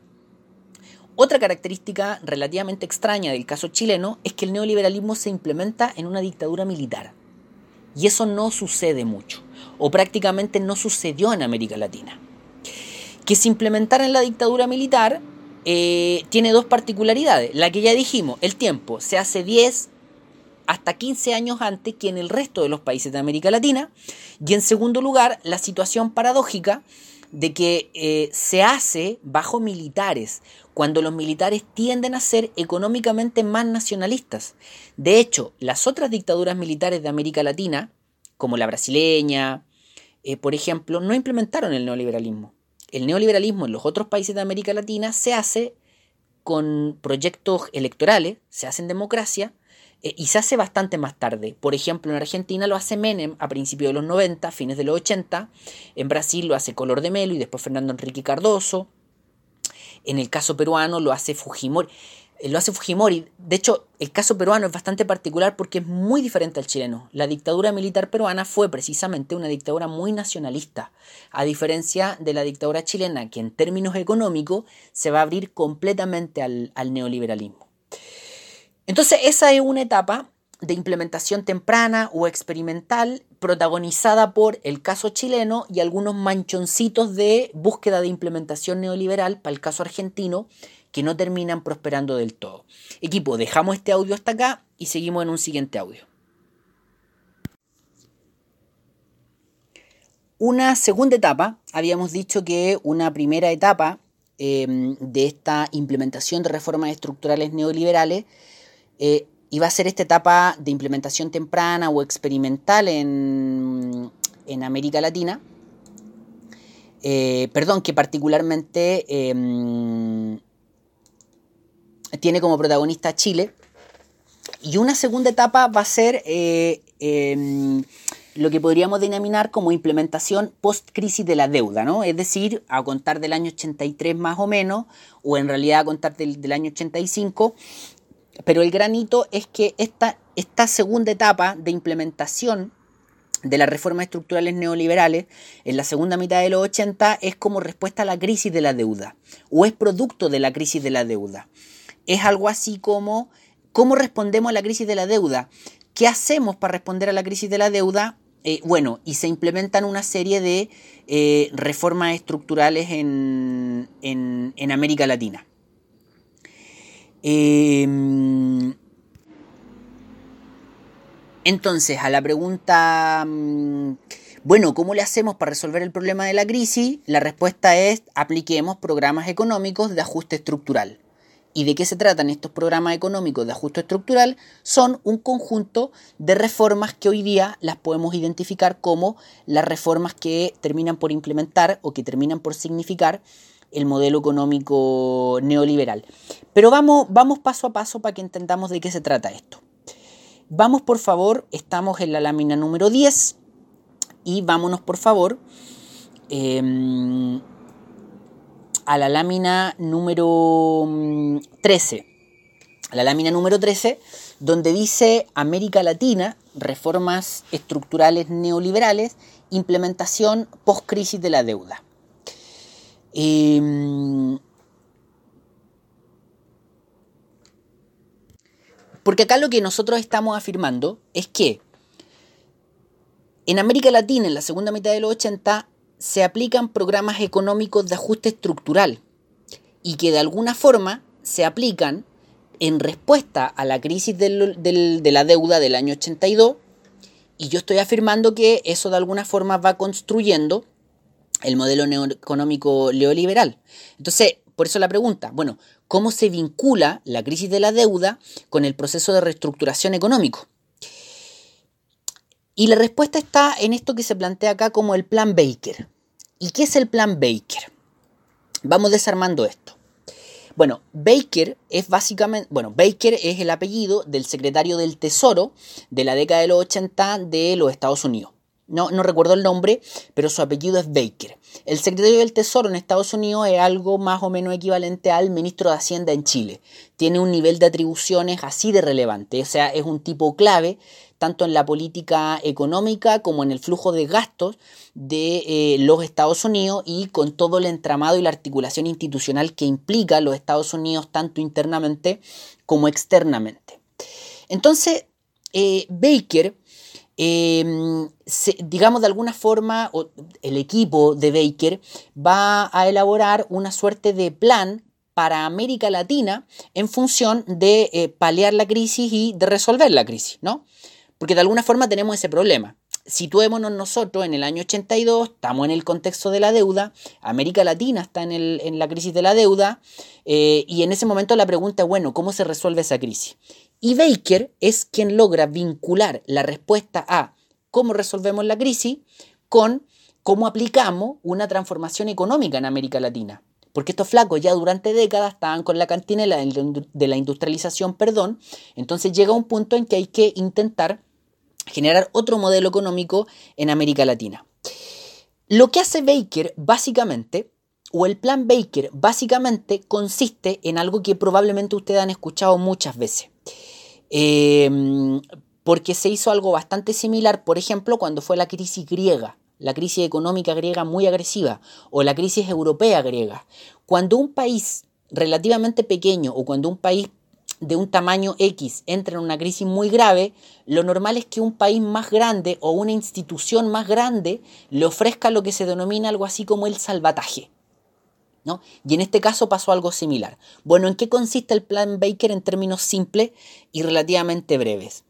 otra característica relativamente extraña del caso chileno es que el neoliberalismo se implementa en una dictadura militar. Y eso no sucede mucho, o prácticamente no sucedió en América Latina. Que se implementara en la dictadura militar tiene dos particularidades. La que ya dijimos, el tiempo se hace 10 hasta 15 años antes que en el resto de los países de América Latina. Y en segundo lugar, la situación paradójica de que se hace bajo militares, cuando los militares tienden a ser económicamente más nacionalistas. De hecho, las otras dictaduras militares de América Latina, como la brasileña, por ejemplo, no implementaron el neoliberalismo. El neoliberalismo en los otros países de América Latina se hace con proyectos electorales, se hace en democracia, y se hace bastante más tarde. Por ejemplo, en Argentina lo hace Menem a principios de los 90, fines de los 80. En Brasil lo hace Collor de Mello y después Fernando Henrique Cardoso. En el caso peruano lo hace Fujimori. De hecho, el caso peruano es bastante particular porque es muy diferente al chileno. La dictadura militar peruana fue precisamente una dictadura muy nacionalista, a diferencia de la dictadura chilena, que en términos económicos se va a abrir completamente al neoliberalismo. Entonces, esa es una etapa de implementación temprana o experimental protagonizada por el caso chileno y algunos manchoncitos de búsqueda de implementación neoliberal para el caso argentino que no terminan prosperando del todo. Equipo, dejamos este audio hasta acá y seguimos en un siguiente audio. Una segunda etapa, habíamos dicho que una primera etapa de esta implementación de reformas estructurales neoliberales iba a ser esta etapa de implementación temprana o experimental en América Latina, que particularmente tiene como protagonista Chile. Y una segunda etapa va a ser lo que podríamos denominar como implementación post-crisis de la deuda, ¿no? Es decir, a contar del año 83 más o menos, o en realidad a contar del año 85. Pero el gran hito es que esta segunda etapa de implementación de las reformas estructurales neoliberales en la segunda mitad de los 80 es como respuesta a la crisis de la deuda, o es producto de la crisis de la deuda. Es algo así como, ¿cómo respondemos a la crisis de la deuda? ¿Qué hacemos para responder a la crisis de la deuda? Y se implementan una serie de reformas estructurales en América Latina. Entonces, a la pregunta, ¿cómo le hacemos para resolver el problema de la crisis? La respuesta es, apliquemos programas económicos de ajuste estructural. ¿Y de qué se tratan estos programas económicos de ajuste estructural? Son un conjunto de reformas que hoy día las podemos identificar como las reformas que terminan por implementar o que terminan por significar el modelo económico neoliberal. Pero vamos paso a paso para que entendamos de qué se trata esto. Vamos, por favor, estamos en la lámina número 10. y vámonos por favor a la lámina número 13. A la lámina número 13, donde dice América Latina, reformas estructurales neoliberales, implementación post-crisis de la deuda. Porque acá lo que nosotros estamos afirmando es que en América Latina, en la segunda mitad de los 80, se aplican programas económicos de ajuste estructural y que de alguna forma se aplican en respuesta a la crisis de la deuda del año 82, y yo estoy afirmando que eso de alguna forma va construyendo el modelo económico neoliberal. Entonces, por eso la pregunta, bueno, ¿cómo se vincula la crisis de la deuda con el proceso de reestructuración económico? Y la respuesta está en esto que se plantea acá como el Plan Baker. ¿Y qué es el Plan Baker? Vamos desarmando esto. Bueno, Baker es el apellido del secretario del Tesoro de la década de los 80 de los Estados Unidos. No recuerdo el nombre, pero su apellido es Baker. El secretario del Tesoro en Estados Unidos es algo más o menos equivalente al ministro de Hacienda en Chile. Tiene un nivel de atribuciones así de relevante, o sea, es un tipo clave tanto en la política económica como en el flujo de gastos de los Estados Unidos y con todo el entramado y la articulación institucional que implica los Estados Unidos tanto internamente como externamente. Entonces, Baker, digamos de alguna forma, el equipo de Baker va a elaborar una suerte de plan para América Latina en función de paliar la crisis y de resolver la crisis, ¿no? Porque de alguna forma tenemos ese problema. Situémonos nosotros en el año 82, estamos en el contexto de la deuda, América Latina está en la crisis de la deuda, y en ese momento la pregunta es, bueno, ¿cómo se resuelve esa crisis? Y Baker es quien logra vincular la respuesta a cómo resolvemos la crisis con cómo aplicamos una transformación económica en América Latina. Porque estos flacos ya durante décadas estaban con la cantinela de la industrialización, entonces llega un punto en que hay que intentar generar otro modelo económico en América Latina. Lo que hace Baker básicamente, o el plan Baker básicamente, consiste en algo que probablemente ustedes han escuchado muchas veces. Porque se hizo algo bastante similar, por ejemplo, cuando fue la crisis griega, la crisis económica griega muy agresiva, o la crisis europea griega. Cuando un país relativamente pequeño o cuando un país de un tamaño X entra en una crisis muy grave, lo normal es que un país más grande o una institución más grande le ofrezca lo que se denomina algo así como el salvataje, ¿no? Y en este caso pasó algo similar. Bueno, ¿en qué consiste el plan Baker en términos simples y relativamente breves?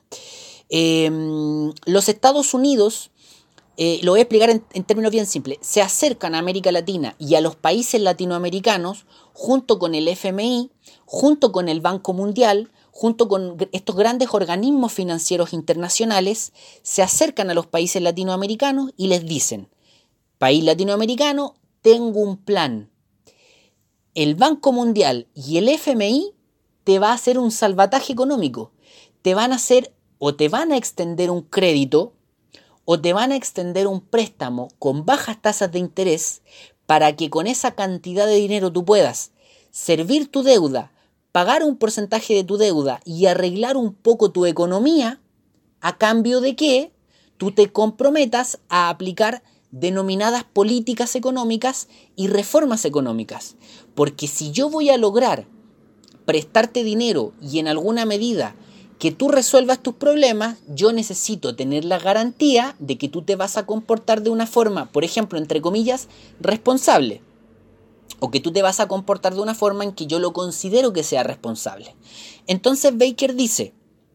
Los Estados Unidos, lo voy a explicar en términos bien simples, se acercan a América Latina y a los países latinoamericanos junto con el FMI, junto con el Banco Mundial, junto con estos grandes organismos financieros internacionales, se acercan a los países latinoamericanos y les dicen, país latinoamericano, tengo un plan. El Banco Mundial y el FMI te va a hacer un salvataje económico. Te van a hacer o te van a extender un crédito o te van a extender un préstamo con bajas tasas de interés para que con esa cantidad de dinero tú puedas servir tu deuda, pagar un porcentaje de tu deuda y arreglar un poco tu economía, a cambio de que tú te comprometas a aplicar denominadas políticas económicas y reformas económicas. Porque si yo voy a lograr prestarte dinero y en alguna medida que tú resuelvas tus problemas, yo necesito tener la garantía de que tú te vas a comportar de una forma, por ejemplo, entre comillas, responsable. O que tú te vas a comportar de una forma en que yo lo considero que sea responsable. Entonces Baker dice,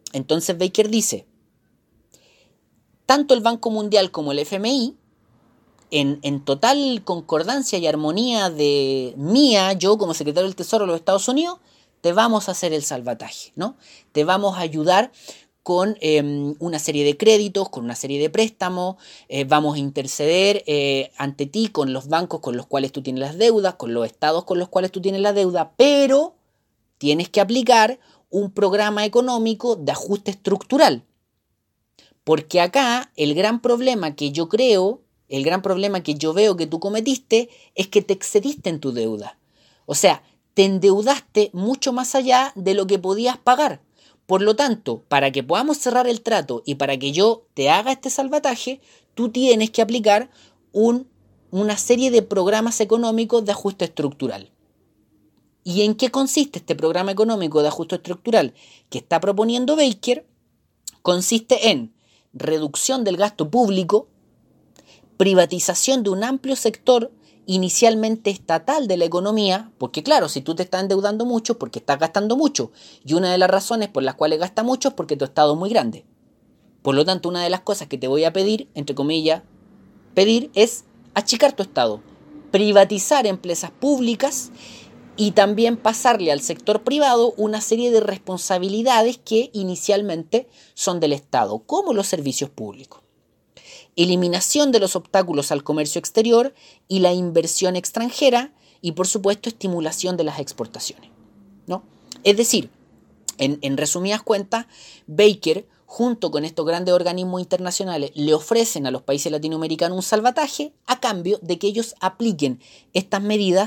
tanto el Banco Mundial como el FMI, en total concordancia y armonía de mía, yo como secretario del Tesoro de los Estados Unidos, te vamos a hacer el salvataje, ¿no? Te vamos a ayudar con una serie de créditos, con una serie de préstamos, vamos a interceder ante ti con los bancos con los cuales tú tienes las deudas, con los estados con los cuales tú tienes la deuda, pero tienes que aplicar un programa económico de ajuste estructural. Porque acá el gran problema que yo creo, el gran problema que yo veo que tú cometiste es que te excediste en tu deuda. O sea, te endeudaste mucho más allá de lo que podías pagar. Por lo tanto, para que podamos cerrar el trato y para que yo te haga este salvataje, tú tienes que aplicar una serie de programas económicos de ajuste estructural. ¿Y en qué consiste este programa económico de ajuste estructural que está proponiendo Baker? Consiste en reducción del gasto público, privatización de un amplio sector inicialmente estatal de la economía, porque claro, si tú te estás endeudando mucho es porque estás gastando mucho, y una de las razones por las cuales gasta mucho es porque tu estado es muy grande. Por lo tanto, una de las cosas que te voy a pedir, entre comillas, pedir es achicar tu estado, privatizar empresas públicas y también pasarle al sector privado una serie de responsabilidades que inicialmente son del Estado, como los servicios públicos. Eliminación de los obstáculos al comercio exterior y la inversión extranjera y, por supuesto, estimulación de las exportaciones, ¿no? Es decir, en resumidas cuentas, Baker, junto con estos grandes organismos internacionales, le ofrecen a los países latinoamericanos un salvataje a cambio de que ellos apliquen estas medidas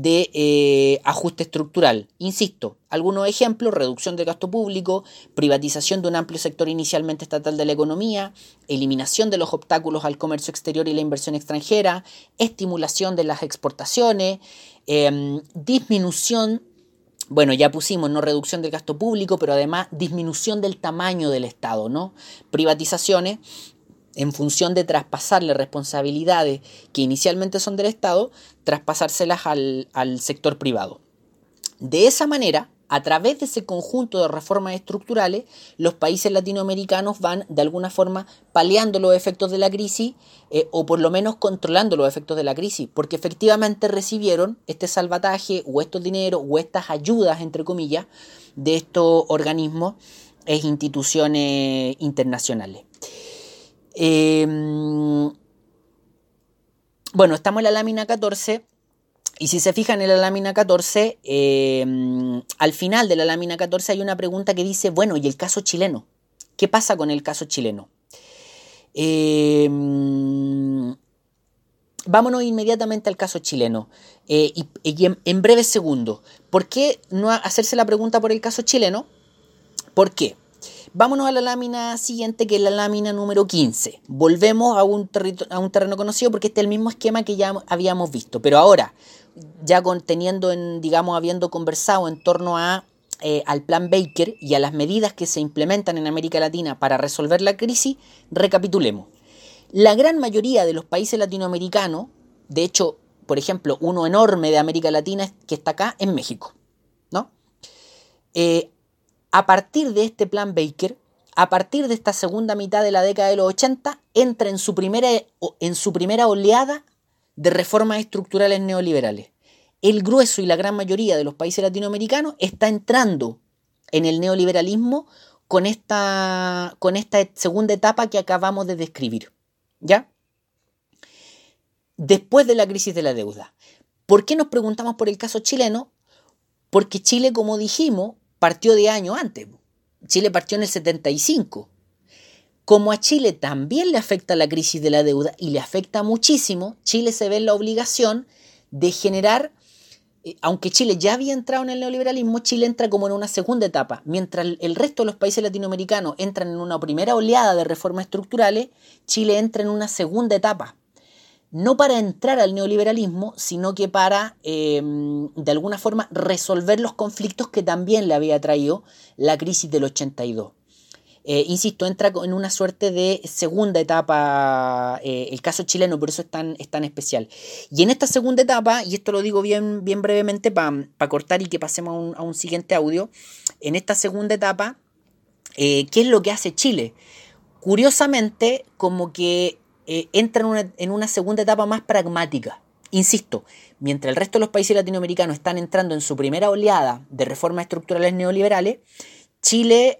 de ajuste estructural. Insisto, algunos ejemplos: reducción del gasto público, privatización de un amplio sector inicialmente estatal de la economía, eliminación de los obstáculos al comercio exterior y la inversión extranjera, estimulación de las exportaciones, disminución. Bueno, ya pusimos, no reducción del gasto público, pero además disminución del tamaño del Estado, ¿no? Privatizaciones en función de traspasarle responsabilidades que inicialmente son del Estado, traspasárselas al sector privado. De esa manera, a través de ese conjunto de reformas estructurales, los países latinoamericanos van de alguna forma paliando los efectos de la crisis o por lo menos controlando los efectos de la crisis, porque efectivamente recibieron este salvataje o estos dineros o estas ayudas, entre comillas, de estos organismos e instituciones internacionales. Bueno, estamos en la lámina 14. Y si se fijan en la lámina 14, al final de la lámina 14 hay una pregunta que dice, bueno, ¿y el caso chileno? ¿Qué pasa con el caso chileno? Vámonos inmediatamente al caso chileno y en breves segundos. ¿Por qué no hacerse la pregunta por el caso chileno? ¿Por qué? Vámonos a la lámina siguiente, que es la lámina número 15. Volvemos a un terreno conocido porque este es el mismo esquema que ya habíamos visto. Pero ahora, ya habiendo conversado en torno al plan Baker y a las medidas que se implementan en América Latina para resolver la crisis, recapitulemos. La gran mayoría de los países latinoamericanos, de hecho, por ejemplo, uno enorme de América Latina que está acá, en México, ¿no? A partir de este plan Baker, a partir de esta segunda mitad de la década de los 80, entra en su primera oleada de reformas estructurales neoliberales. El grueso y la gran mayoría de los países latinoamericanos está entrando en el neoliberalismo con esta segunda etapa que acabamos de describir, ¿ya? Después de la crisis de la deuda. ¿Por qué nos preguntamos por el caso chileno? Porque Chile, como dijimos, partió de años antes. Chile partió en el 75. Como a Chile también le afecta la crisis de la deuda y le afecta muchísimo, Chile se ve en la obligación de generar, aunque Chile ya había entrado en el neoliberalismo, Chile entra como en una segunda etapa. Mientras el resto de los países latinoamericanos entran en una primera oleada de reformas estructurales, Chile entra en una segunda etapa. No para entrar al neoliberalismo, sino que para, de alguna forma, resolver los conflictos que también le había traído la crisis del 82. Insisto, entra en una suerte de segunda etapa el caso chileno, por eso es tan especial. Y en esta segunda etapa, y esto lo digo bien brevemente para cortar y que pasemos a un siguiente audio, en esta segunda etapa, ¿qué es lo que hace Chile? Curiosamente, como que entra en una segunda etapa más pragmática. Insisto, mientras el resto de los países latinoamericanos están entrando en su primera oleada de reformas estructurales neoliberales, Chile,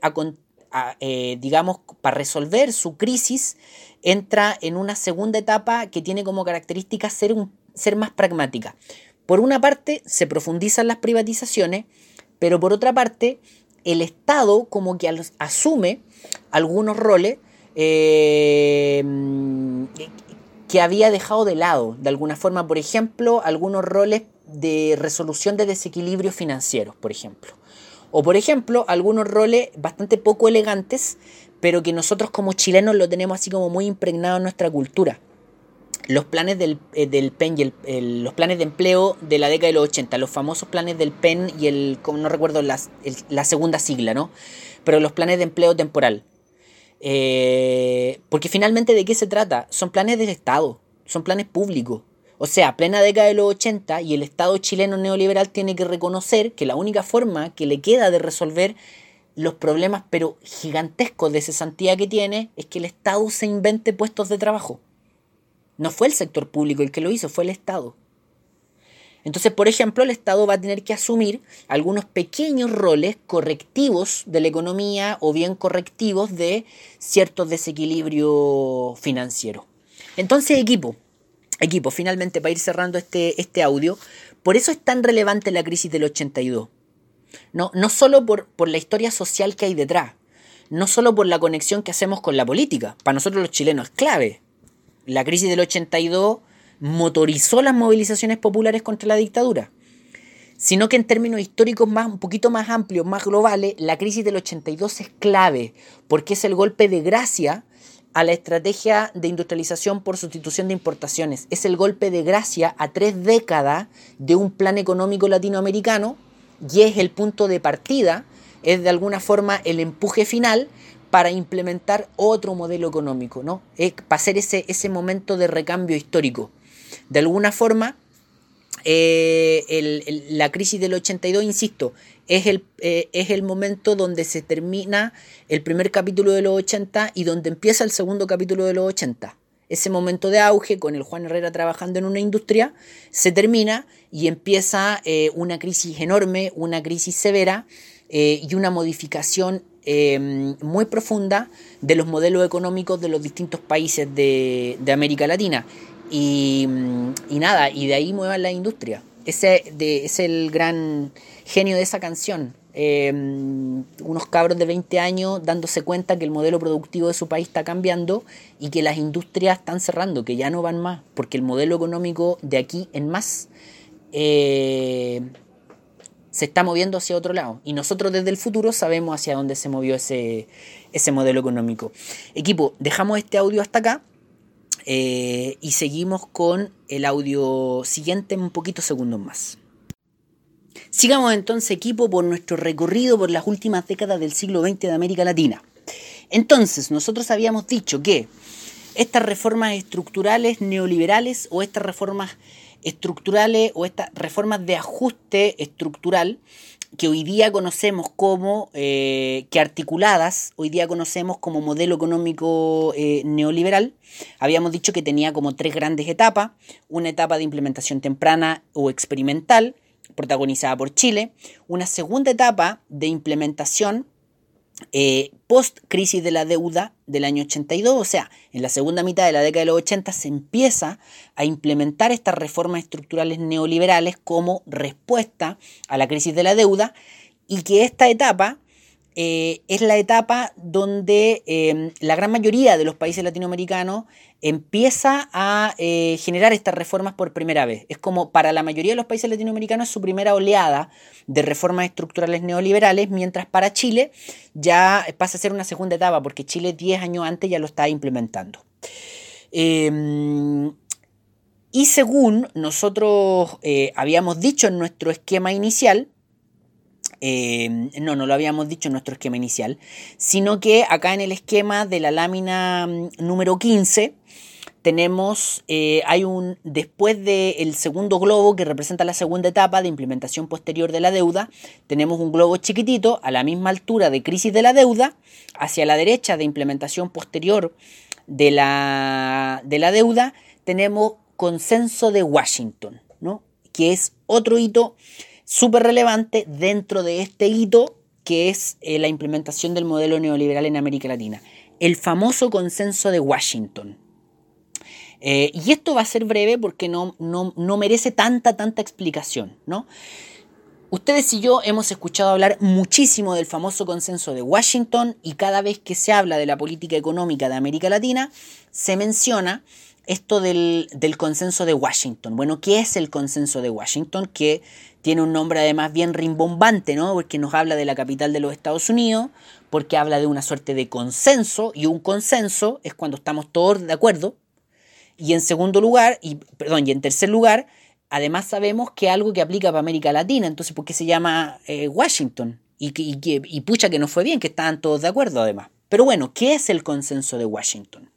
para resolver su crisis, entra en una segunda etapa que tiene como característica ser más pragmática. Por una parte, se profundizan las privatizaciones, pero por otra parte, el Estado como que asume algunos roles que había dejado de lado, de alguna forma, por ejemplo, algunos roles de resolución de desequilibrios financieros, por ejemplo. O, por ejemplo, algunos roles bastante poco elegantes, pero que nosotros como chilenos lo tenemos así como muy impregnado en nuestra cultura. Los planes del PEN y los planes de empleo de la década de los 80, los famosos planes del PEN y no recuerdo la segunda sigla, ¿no? Pero los planes de empleo temporal. Porque finalmente, ¿de qué se trata? Son planes del Estado, son planes públicos. O sea, plena década de los 80 y el Estado chileno neoliberal tiene que reconocer que la única forma que le queda de resolver los problemas, pero gigantescos de cesantía que tiene, es que el Estado se invente puestos de trabajo. No fue el sector público el que lo hizo, fue el Estado. Entonces, por ejemplo, el Estado va a tener que asumir algunos pequeños roles correctivos de la economía o bien correctivos de ciertos desequilibrios financieros. Entonces, equipo, finalmente para ir cerrando este audio, por eso es tan relevante la crisis del 82. No solo por la historia social que hay detrás, no solo por la conexión que hacemos con la política. Para nosotros los chilenos es clave. La crisis del 82 motorizó las movilizaciones populares contra la dictadura, sino que en términos históricos un poquito más amplios, más globales, la crisis del 82 es clave, porque es el golpe de gracia a la estrategia de industrialización por sustitución de importaciones. Es el golpe de gracia a 3 décadas de un plan económico latinoamericano y es el punto de partida, es de alguna forma el empuje final para implementar otro modelo económico, ¿no? Para hacer ese momento de recambio histórico. De alguna forma, la crisis del 82, insisto, es el momento donde se termina el primer capítulo de los 80 y donde empieza el segundo capítulo de los 80. Ese momento de auge, con el Juan Herrera trabajando en una industria, se termina y empieza una crisis enorme, una crisis severa y una modificación muy profunda de los modelos económicos de los distintos países de América Latina. Y de ahí muevan la industria. Ese es el gran genio de esa canción. Unos cabros de 20 años dándose cuenta que el modelo productivo de su país está cambiando y que las industrias están cerrando, que ya no van más, porque el modelo económico de aquí en más se está moviendo hacia otro lado. Y nosotros desde el futuro sabemos hacia dónde se movió ese modelo económico. Equipo, dejamos este audio hasta acá. Y seguimos con el audio siguiente en un poquito segundos más. Sigamos entonces, equipo, por nuestro recorrido por las últimas décadas del siglo XX de América Latina. Entonces, nosotros habíamos dicho que estas reformas estructurales neoliberales o estas reformas estructurales o estas reformas de ajuste estructural que hoy día conocemos como, que articuladas, hoy día conocemos como modelo económico neoliberal, habíamos dicho que tenía como 3 grandes etapas: una etapa de implementación temprana o experimental, protagonizada por Chile; una segunda etapa de implementación post-crisis de la deuda del año 82, o sea, en la segunda mitad de la década de los 80 se empieza a implementar estas reformas estructurales neoliberales como respuesta a la crisis de la deuda, y que esta etapa es la etapa donde la gran mayoría de los países latinoamericanos empieza a generar estas reformas por primera vez. Es como para la mayoría de los países latinoamericanos su primera oleada de reformas estructurales neoliberales, mientras para Chile ya pasa a ser una segunda etapa, porque Chile 10 años antes ya lo está implementando. Y según nosotros habíamos dicho en nuestro esquema inicial, no lo habíamos dicho en nuestro esquema inicial, sino que acá en el esquema de la lámina número 15 tenemos, después del segundo globo que representa la segunda etapa de implementación posterior de la deuda, tenemos un globo chiquitito a la misma altura de crisis de la deuda, hacia la derecha de implementación posterior de la deuda tenemos consenso de Washington, ¿no? Que es otro hito súper relevante dentro de este hito que es la implementación del modelo neoliberal en América Latina. El famoso consenso de Washington. Y esto va a ser breve porque no merece tanta explicación, ¿no? Ustedes y yo hemos escuchado hablar muchísimo del famoso consenso de Washington y cada vez que se habla de la política económica de América Latina se menciona esto del consenso de Washington. Bueno, ¿qué es el consenso de Washington? Que tiene un nombre además bien rimbombante, ¿no? Porque nos habla de la capital de los Estados Unidos, porque habla de una suerte de consenso, y un consenso es cuando estamos todos de acuerdo. Y en segundo lugar, y en tercer lugar, además sabemos que algo que aplica para América Latina, entonces ¿por qué se llama Washington? Y pucha que no fue bien, que estaban todos de acuerdo además. Pero bueno, ¿qué es el consenso de Washington?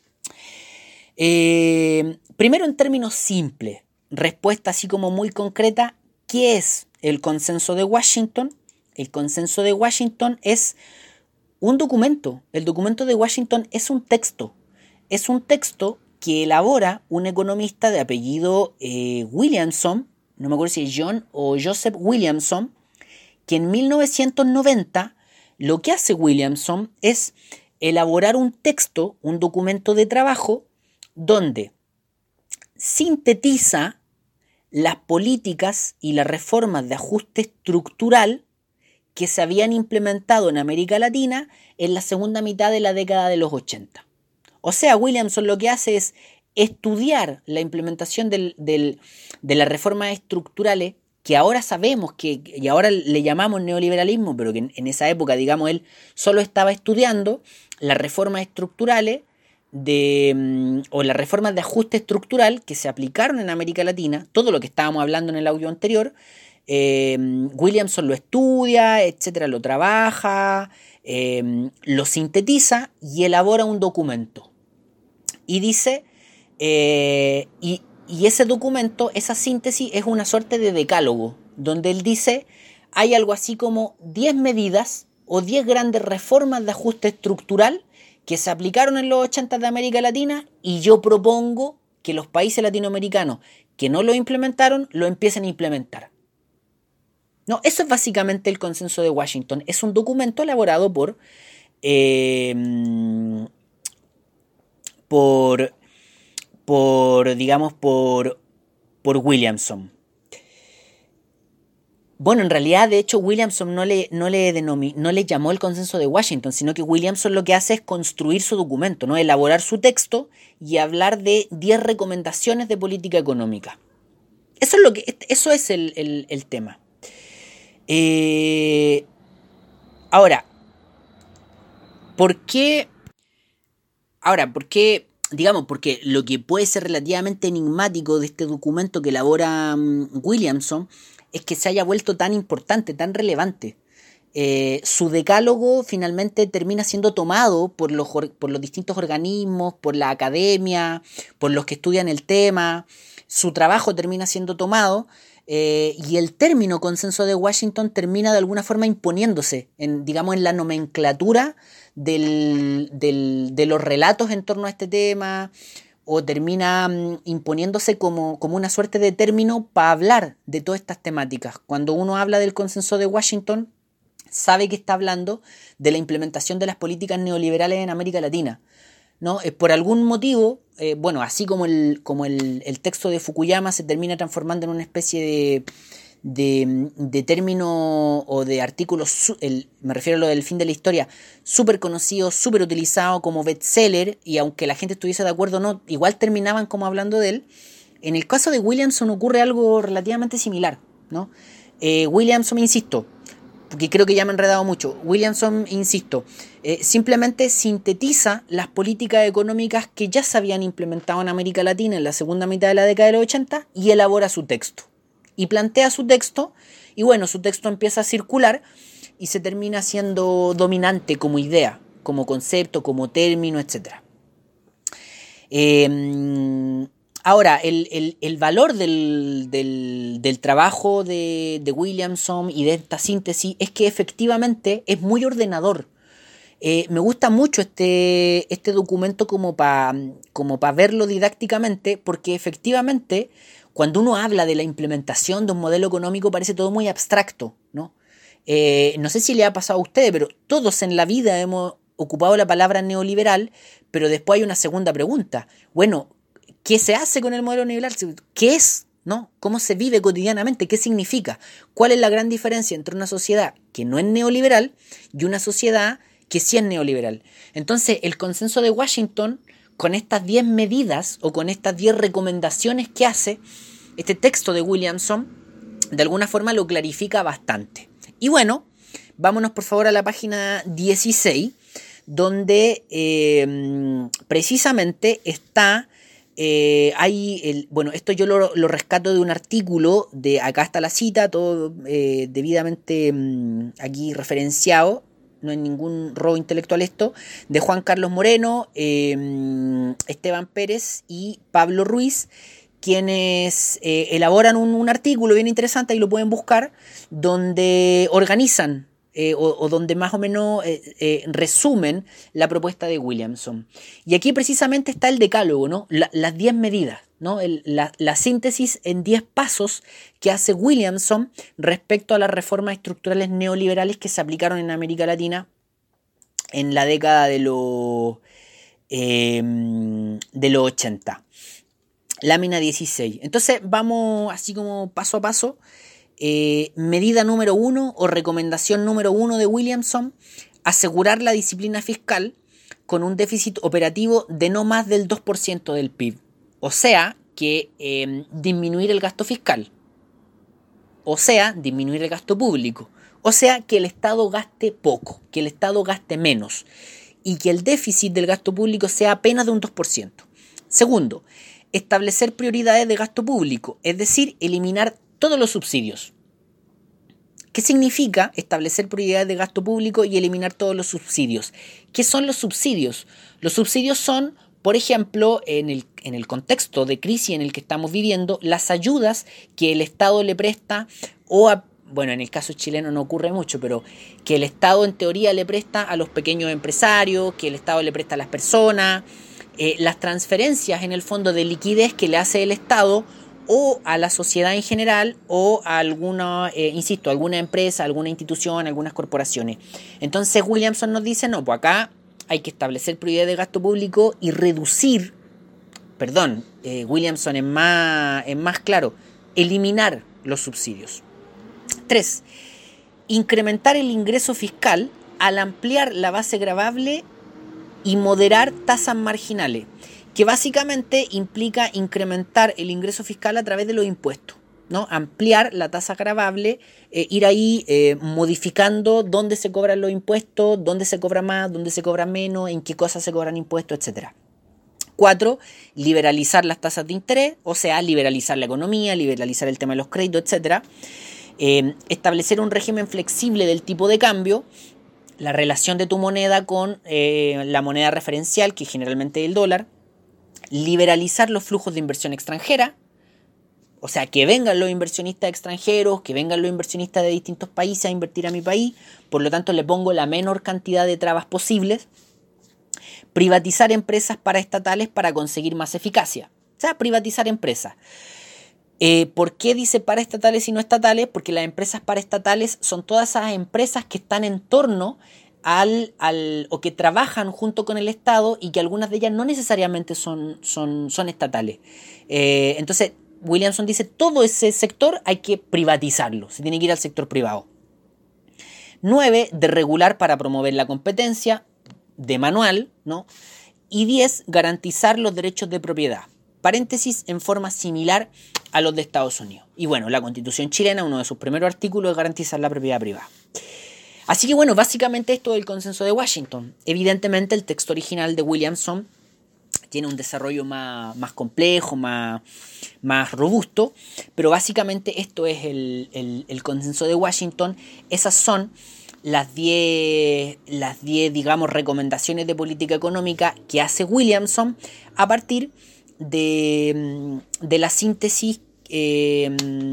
Primero en términos simples, respuesta así como muy concreta, ¿qué es el consenso de Washington? El consenso de Washington es un documento. El documento de Washington es un texto. Es un texto que elabora un economista de apellido Williamson, no me acuerdo si es John o Joseph Williamson, que en 1990 lo que hace Williamson es elaborar un texto, un documento de trabajo, donde sintetiza las políticas y las reformas de ajuste estructural que se habían implementado en América Latina en la segunda mitad de la década de los 80. O sea, Williamson lo que hace es estudiar la implementación de las reformas estructurales que ahora sabemos y ahora le llamamos neoliberalismo, pero que en esa época, digamos, él solo estaba estudiando las reformas estructurales o las reformas de ajuste estructural que se aplicaron en América Latina, todo lo que estábamos hablando en el audio anterior. Williamson lo estudia, etcétera, lo trabaja, lo sintetiza y elabora un documento. Y dice, y ese documento, esa síntesis es una suerte de decálogo, donde él dice, hay algo así como 10 medidas o 10 grandes reformas de ajuste estructural que se aplicaron en los 80 de América Latina, y yo propongo que los países latinoamericanos que no lo implementaron, lo empiecen a implementar. No, eso es básicamente el consenso de Washington. Es un documento elaborado por Williamson. Bueno, en realidad, de hecho, Williamson no le llamó el consenso de Washington, sino que Williamson lo que hace es construir su documento, ¿no? Elaborar su texto y hablar de 10 recomendaciones de política económica. Eso es el tema. Ahora, ¿por qué? Porque lo que puede ser relativamente enigmático de este documento que elabora Williamson es que se haya vuelto tan importante, tan relevante. Su decálogo finalmente termina siendo tomado por los distintos organismos, por la academia, por los que estudian el tema. Su trabajo termina siendo tomado y el término consenso de Washington termina de alguna forma imponiéndose en la nomenclatura de los relatos en torno a este tema, o termina imponiéndose como una suerte de término para hablar de todas estas temáticas. Cuando uno habla del consenso de Washington, sabe que está hablando de la implementación de las políticas neoliberales en América Latina, ¿no? Por algún motivo, así como el texto de Fukuyama se termina transformando en una especie de término o de artículo, me refiero a lo del fin de la historia, súper conocido, súper utilizado como bestseller, y aunque la gente estuviese de acuerdo o no, igual terminaban como hablando de él. En el caso de Williamson ocurre algo relativamente similar, ¿no? Williamson, insisto, porque creo que ya me he enredado mucho, simplemente sintetiza las políticas económicas que ya se habían implementado en América Latina en la segunda mitad de la década de los 80 y elabora su texto. Y plantea su texto, y bueno, su texto empieza a circular y se termina siendo dominante como idea, como concepto, como término, etc. Ahora, el valor del trabajo de Williamson y de esta síntesis es que efectivamente es muy ordenador. Me gusta mucho este documento como para verlo didácticamente, porque efectivamente cuando uno habla de la implementación de un modelo económico parece todo muy abstracto, ¿no? No sé si le ha pasado a ustedes, pero todos en la vida hemos ocupado la palabra neoliberal, pero después hay una segunda pregunta. Bueno, ¿qué se hace con el modelo neoliberal? ¿Qué es ¿no? ¿Cómo se vive cotidianamente? ¿Qué significa? ¿Cuál es la gran diferencia entre una sociedad que no es neoliberal y una sociedad que sí es neoliberal? Entonces, el consenso de Washington, con estas 10 medidas o con estas 10 recomendaciones que hace, este texto de Williamson, de alguna forma lo clarifica bastante. Y bueno, vámonos por favor a la página 16, donde precisamente está... bueno, esto yo lo rescato de un artículo, de acá está la cita, todo debidamente aquí referenciado, no hay ningún robo intelectual esto, de Juan Carlos Moreno, Esteban Pérez y Pablo Ruiz, quienes elaboran un artículo bien interesante, ahí lo pueden buscar, donde organizan o donde más o menos resumen la propuesta de Williamson. Y aquí precisamente está el decálogo, ¿no? Las 10 medidas, ¿no? La síntesis en 10 pasos que hace Williamson respecto a las reformas estructurales neoliberales que se aplicaron en América Latina en la década de los 80. Lámina 16. Entonces vamos así como paso a paso. Medida número 1 o recomendación número 1 de Williamson: asegurar la disciplina fiscal con un déficit operativo de no más del 2% del PIB. O sea, que disminuir el gasto fiscal. O sea, disminuir el gasto público. O sea, que el Estado gaste poco, que el Estado gaste menos. Y que el déficit del gasto público sea apenas de un 2%. Segundo, establecer prioridades de gasto público, es decir, eliminar todos los subsidios. ¿Qué significa establecer prioridades de gasto público y eliminar todos los subsidios? ¿Qué son los subsidios? Los subsidios son, por ejemplo, en el contexto de crisis en el que estamos viviendo, las ayudas que el Estado le presta bueno, en el caso chileno no ocurre mucho, pero que el Estado en teoría le presta a los pequeños empresarios, que el Estado le presta a las personas, las transferencias en el fondo de liquidez que le hace el Estado o a la sociedad en general o a alguna empresa, alguna institución, algunas corporaciones. Entonces Williamson nos dice, no, pues acá hay que establecer prioridades de gasto público y reducir, Williamson es más claro, eliminar los subsidios. 3. Incrementar el ingreso fiscal al ampliar la base gravable y moderar tasas marginales, que básicamente implica incrementar el ingreso fiscal a través de los impuestos, ¿no? Ampliar la tasa gravable, ir ahí modificando dónde se cobran los impuestos, dónde se cobra más, dónde se cobra menos, en qué cosas se cobran impuestos, etc. 4. Liberalizar las tasas de interés, o sea, liberalizar la economía, liberalizar el tema de los créditos, etc. Establecer un régimen flexible del tipo de cambio, la relación de tu moneda con la moneda referencial, que generalmente es el dólar. Liberalizar los flujos de inversión extranjera, o sea, que vengan los inversionistas extranjeros, que vengan los inversionistas de distintos países a invertir a mi país, por lo tanto le pongo la menor cantidad de trabas posibles. Privatizar empresas paraestatales para conseguir más eficacia, o sea, privatizar empresas. ¿Por qué dice paraestatales y no estatales? Porque las empresas paraestatales son todas esas empresas que están en torno o que trabajan junto con el Estado y que algunas de ellas no necesariamente son estatales. Entonces, Williamson dice, todo ese sector hay que privatizarlo, se tiene que ir al sector privado. 9, de regular para promover la competencia, de manual, ¿no? Y 10, garantizar los derechos de propiedad. Paréntesis, en forma similar a los de Estados Unidos. Y bueno, la Constitución chilena, uno de sus primeros artículos es garantizar la propiedad privada. Así que bueno, básicamente esto es el consenso de Washington. Evidentemente el texto original de Williamson tiene un desarrollo más complejo, más robusto, pero básicamente esto es el consenso de Washington. Esas son las 10, digamos, recomendaciones de política económica que hace Williamson a partir de la síntesis que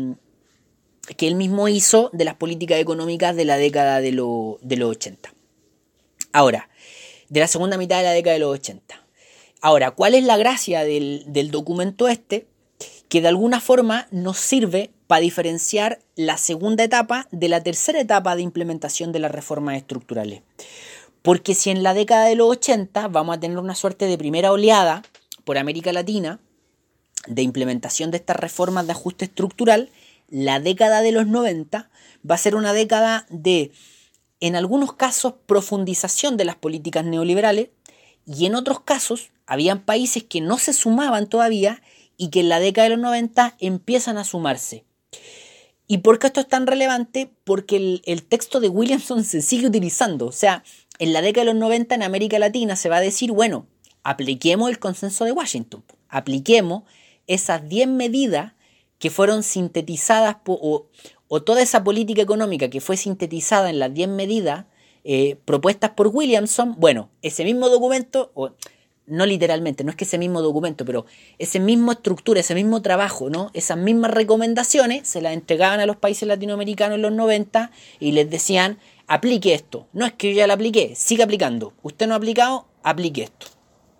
él mismo hizo de las políticas económicas de la década de los 80. Ahora, de la segunda mitad de la década de los 80. Ahora, ¿cuál es la gracia del documento este? Que de alguna forma nos sirve para diferenciar la segunda etapa de la tercera etapa de implementación de las reformas estructurales. Porque si en la década de los 80 vamos a tener una suerte de primera oleada por América Latina, de implementación de estas reformas de ajuste estructural, la década de los 90 va a ser una década de, en algunos casos, profundización de las políticas neoliberales, y en otros casos habían países que no se sumaban todavía y que en la década de los 90 empiezan a sumarse. ¿Y por qué esto es tan relevante? Porque el texto de Williamson se sigue utilizando. O sea, en la década de los 90 en América Latina se va a decir, bueno, apliquemos el consenso de Washington, apliquemos esas 10 medidas que fueron sintetizadas o toda esa política económica que fue sintetizada en las 10 medidas propuestas por Williamson. Bueno, ese mismo documento, o no literalmente, no es que ese mismo documento, pero esa misma estructura, ese mismo trabajo, ¿no? Esas mismas recomendaciones se las entregaban a los países latinoamericanos en los 90 y les decían, aplique esto. No es que yo ya lo apliqué, siga aplicando. Usted no ha aplicado, aplique esto.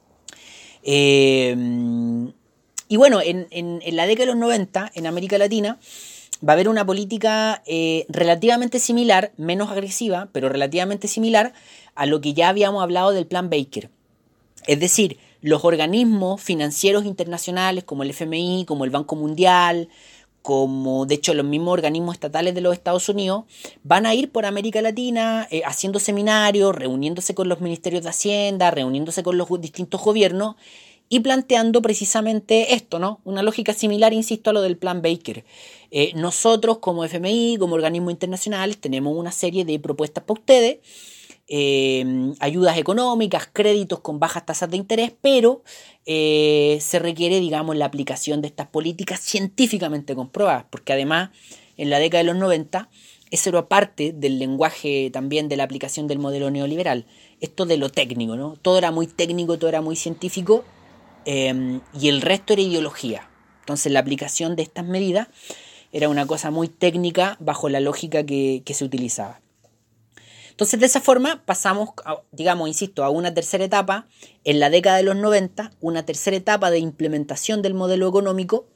Y bueno, en la década de los 90, en América Latina, va a haber una política relativamente similar, menos agresiva, pero relativamente similar a lo que ya habíamos hablado del Plan Baker. Es decir, los organismos financieros internacionales como el FMI, como el Banco Mundial, como de hecho los mismos organismos estatales de los Estados Unidos, van a ir por América Latina haciendo seminarios, reuniéndose con los ministerios de Hacienda, reuniéndose con los distintos gobiernos y planteando precisamente esto, ¿no? Una lógica similar, insisto, a lo del Plan Baker. Nosotros como FMI, como organismos internacionales, tenemos una serie de propuestas para ustedes, ayudas económicas, créditos con bajas tasas de interés, pero se requiere, digamos, la aplicación de estas políticas científicamente comprobadas, porque además en la década de los 90 eso era parte del lenguaje también de la aplicación del modelo neoliberal, esto de lo técnico, ¿no? Todo era muy técnico, todo era muy científico, y el resto era ideología. Entonces la aplicación de estas medidas era una cosa muy técnica bajo la lógica que se utilizaba. Entonces de esa forma pasamos, digamos, insisto, a una tercera etapa en la década de los 90, una tercera etapa de implementación del modelo económico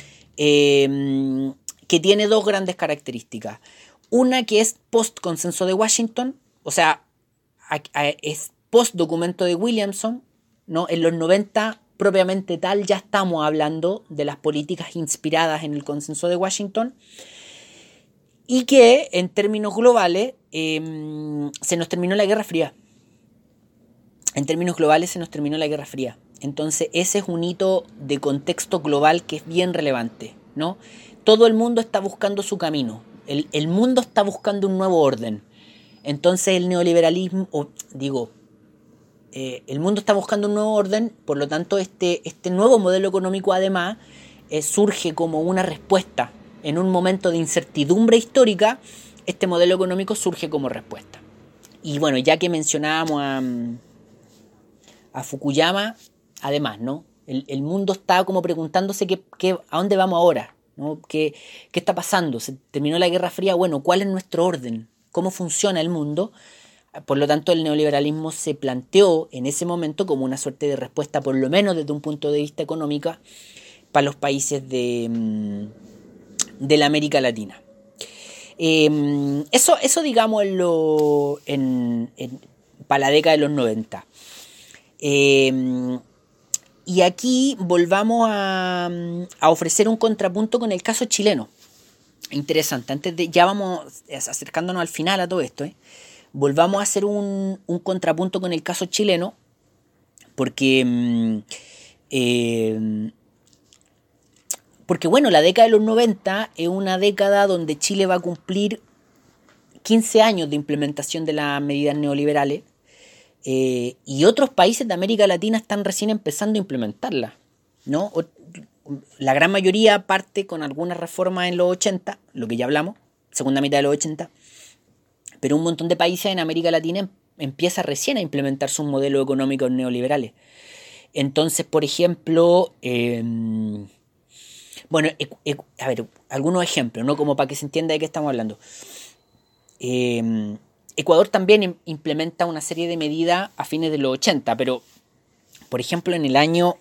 que tiene dos grandes características. Una que es post-consenso de Washington, o sea, es post-documento de Williamson, ¿no? En los 90 propiamente tal ya estamos hablando de las políticas inspiradas en el consenso de Washington, y que en términos globales se nos terminó la Guerra Fría. En términos globales se nos terminó la Guerra Fría. Entonces ese es un hito de contexto global que es bien relevante, ¿no? Todo el mundo está buscando su camino. El mundo está buscando un nuevo orden. Entonces el neoliberalismo, el mundo está buscando un nuevo orden, por lo tanto este nuevo modelo económico además surge como una respuesta. En un momento de incertidumbre histórica, este modelo económico surge como respuesta. Y bueno, ya que mencionábamos a Fukuyama, además, ¿no? El mundo está como preguntándose a dónde vamos ahora, ¿no? ¿Qué está pasando? ¿Se terminó la Guerra Fría? Bueno, ¿cuál es nuestro orden? ¿Cómo funciona el mundo? Por lo tanto, el neoliberalismo se planteó en ese momento como una suerte de respuesta, por lo menos desde un punto de vista económico, para los países de la América Latina. Eso digamos para la década de los 90. Y aquí volvamos a ofrecer un contrapunto con el caso chileno. Interesante, ya vamos acercándonos al final a todo esto, volvamos a hacer un contrapunto con el caso chileno, porque bueno, la década de los 90 es una década donde Chile va a cumplir 15 años de implementación de las medidas neoliberales, y otros países de América Latina están recién empezando a implementarlas, ¿no? La gran mayoría parte con algunas reformas en los 80, lo que ya hablamos, segunda mitad de los 80, pero un montón de países en América Latina empieza recién a implementar sus modelos económicos neoliberales. Entonces, por ejemplo, bueno, a ver, algunos ejemplos, ¿no? Como para que se entienda de qué estamos hablando. Ecuador también implementa una serie de medidas a fines de los 80, pero, por ejemplo, en el año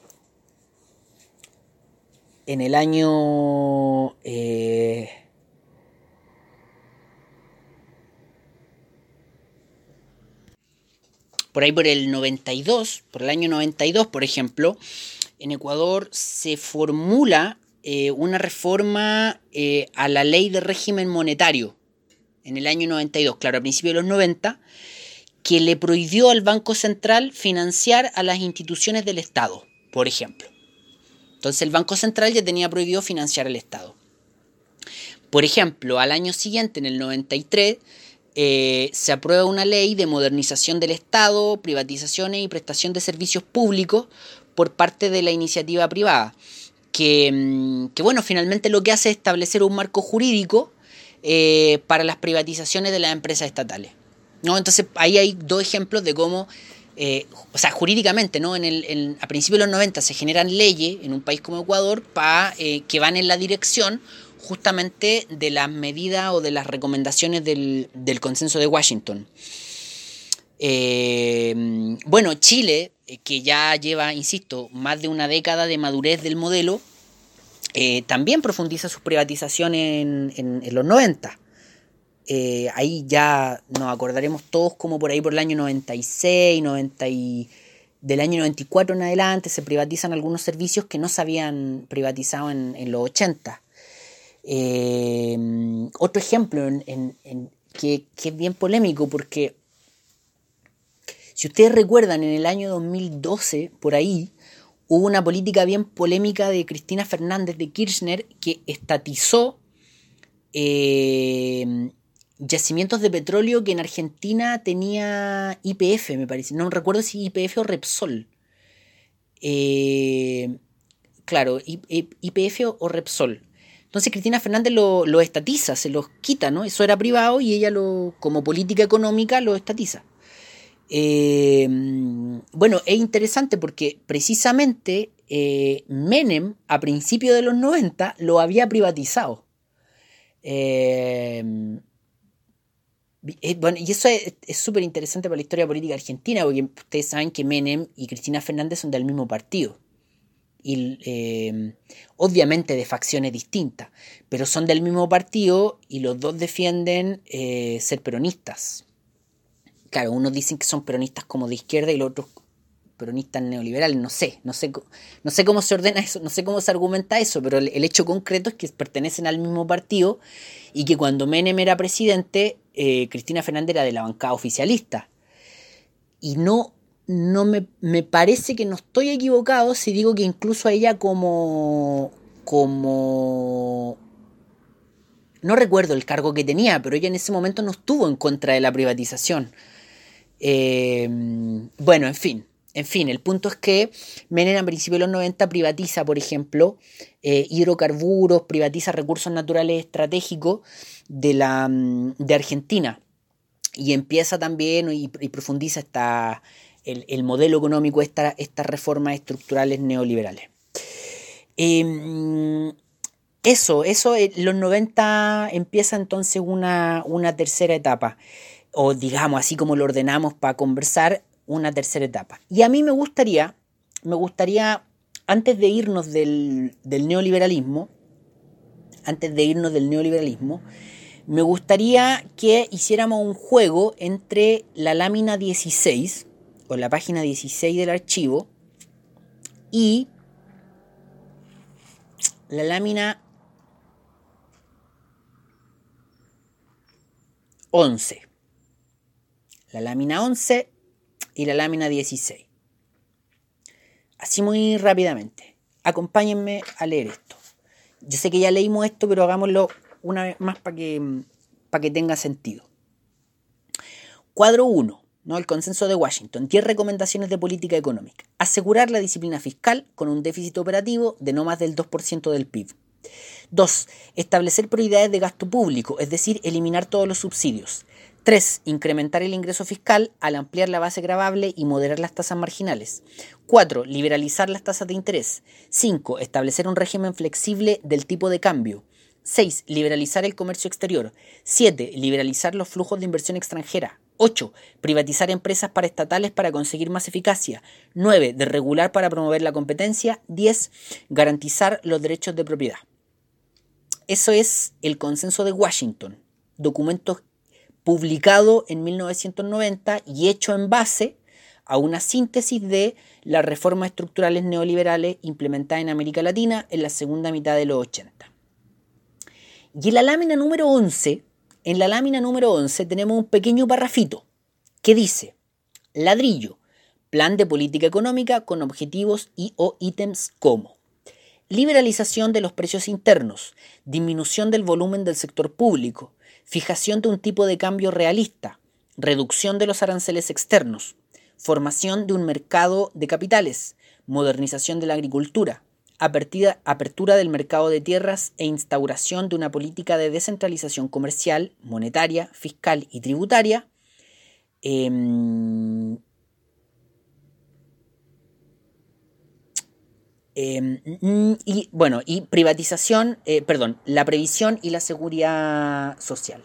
por ahí por el año 92, por ejemplo, en Ecuador se formula una reforma a la ley de régimen monetario en el año 92, claro, a principios de los 90, que le prohibió al Banco Central financiar a las instituciones del Estado, por ejemplo. Entonces el Banco Central ya tenía prohibido financiar al Estado. Por ejemplo, al año siguiente, en el 93, se aprueba una ley de modernización del Estado, privatizaciones y prestación de servicios públicos por parte de la iniciativa privada, que bueno, finalmente lo que hace es establecer un marco jurídico para las privatizaciones de las empresas estatales, ¿no? Entonces ahí hay dos ejemplos de cómo, jurídicamente, ¿no? A principios de los 90 se generan leyes en un país como Ecuador que van en la dirección justamente de las medidas o de las recomendaciones del Consenso de Washington. Bueno, Chile, que ya lleva, insisto, más de una década de madurez del modelo, también profundiza sus privatizaciones en los 90. Ahí ya nos acordaremos todos como por ahí por el año 96, del año 94 en adelante se privatizan algunos servicios que no se habían privatizado en los 80. Otro ejemplo que es bien polémico, porque si ustedes recuerdan, en el año 2012, por ahí, hubo una política bien polémica de Cristina Fernández de Kirchner que estatizó yacimientos de petróleo que en Argentina tenía YPF, me parece. No recuerdo si YPF o Repsol. Claro, YPF o Repsol. Entonces Cristina Fernández lo estatiza, se los quita, ¿no? Eso era privado y ella como política económica lo estatiza. Bueno, es interesante porque precisamente Menem a principios de los 90 lo había privatizado. Bueno, y eso es súper interesante para la historia política argentina, porque ustedes saben que Menem y Cristina Fernández son del mismo partido. Y obviamente de facciones distintas, pero son del mismo partido y los dos defienden ser peronistas. Claro, unos dicen que son peronistas como de izquierda y los otros peronistas neoliberales, no sé cómo se ordena eso, no sé cómo se argumenta eso, pero el hecho concreto es que pertenecen al mismo partido y que cuando Menem era presidente, Cristina Fernández era de la bancada oficialista. Y no me parece que no estoy equivocado si digo que incluso a ella como no recuerdo el cargo que tenía, pero ella en ese momento no estuvo en contra de la privatización. Bueno, en fin, el punto es que Menem a principios de los 90 privatiza, por ejemplo, hidrocarburos, privatiza recursos naturales estratégicos de Argentina y empieza también y profundiza el modelo económico, estas reformas estructurales neoliberales. Los 90 empieza entonces una tercera etapa, o digamos, así como lo ordenamos para conversar, una tercera etapa. Y a mí me gustaría antes de irnos del neoliberalismo, me gustaría que hiciéramos un juego entre la lámina 16, o la página 16 del archivo, y la lámina 11. La lámina 11 y la lámina 16. Así muy rápidamente. Acompáñenme a leer esto. Yo sé que ya leímos esto, pero hagámoslo una vez más para que tenga sentido. Cuadro 1. ¿No? El Consenso de Washington. 10 recomendaciones de política económica. Asegurar la disciplina fiscal con un déficit operativo de no más del 2% del PIB. 2. Establecer prioridades de gasto público, es decir, eliminar todos los subsidios. 3. Incrementar el ingreso fiscal al ampliar la base gravable y moderar las tasas marginales. 4. Liberalizar las tasas de interés. 5. Establecer un régimen flexible del tipo de cambio. 6. Liberalizar el comercio exterior. 7. Liberalizar los flujos de inversión extranjera. 8. Privatizar empresas paraestatales para conseguir más eficacia. 9. Desregular para promover la competencia. 10. Garantizar los derechos de propiedad. Eso es el Consenso de Washington, documento publicado en 1990 y hecho en base a una síntesis de las reformas estructurales neoliberales implementadas en América Latina en la segunda mitad de los 80. Y en la lámina número 11, tenemos un pequeño parrafito que dice: ladrillo, plan de política económica con objetivos y o ítems como liberalización de los precios internos, disminución del volumen del sector público, fijación de un tipo de cambio realista, reducción de los aranceles externos, formación de un mercado de capitales, modernización de la agricultura, apertura del mercado de tierras e instauración de una política de descentralización comercial, monetaria, fiscal y tributaria, y privatización, la previsión y la seguridad social.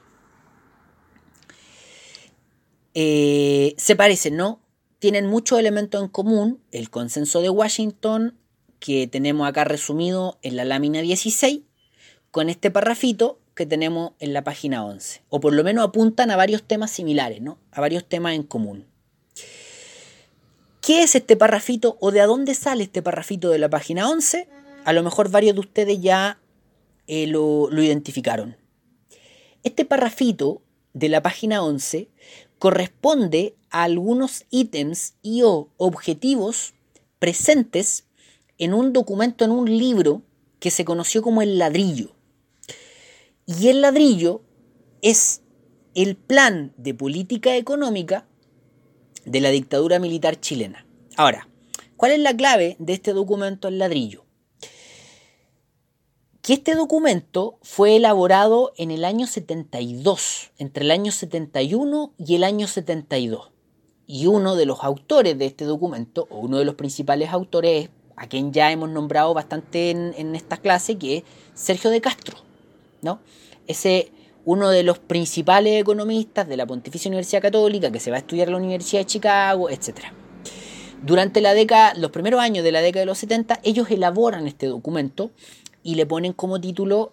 Se parecen, ¿no? Tienen muchos elementos en común. El consenso de Washington, que tenemos acá resumido en la lámina 16, con este parrafito que tenemos en la página 11. O por lo menos apuntan a varios temas similares, ¿no? A varios temas en común. ¿Qué es este parrafito o de dónde sale este parrafito de la página 11? A lo mejor varios de ustedes ya lo identificaron. Este parrafito de la página 11 corresponde a algunos ítems y o objetivos presentes en un documento, en un libro que se conoció como El Ladrillo. Y El Ladrillo es el plan de política económica de la dictadura militar chilena. Ahora, ¿cuál es la clave de este documento El Ladrillo? Que este documento fue elaborado en el año 72, entre el año 71 y el año 72. Y uno de los autores de este documento, o uno de los principales autores, a quien ya hemos nombrado bastante en esta clase, que es Sergio de Castro, ¿no? Uno de los principales economistas de la Pontificia Universidad Católica, que se va a estudiar en la Universidad de Chicago, etc. Durante los primeros años de la década de los 70, ellos elaboran este documento y le ponen como título,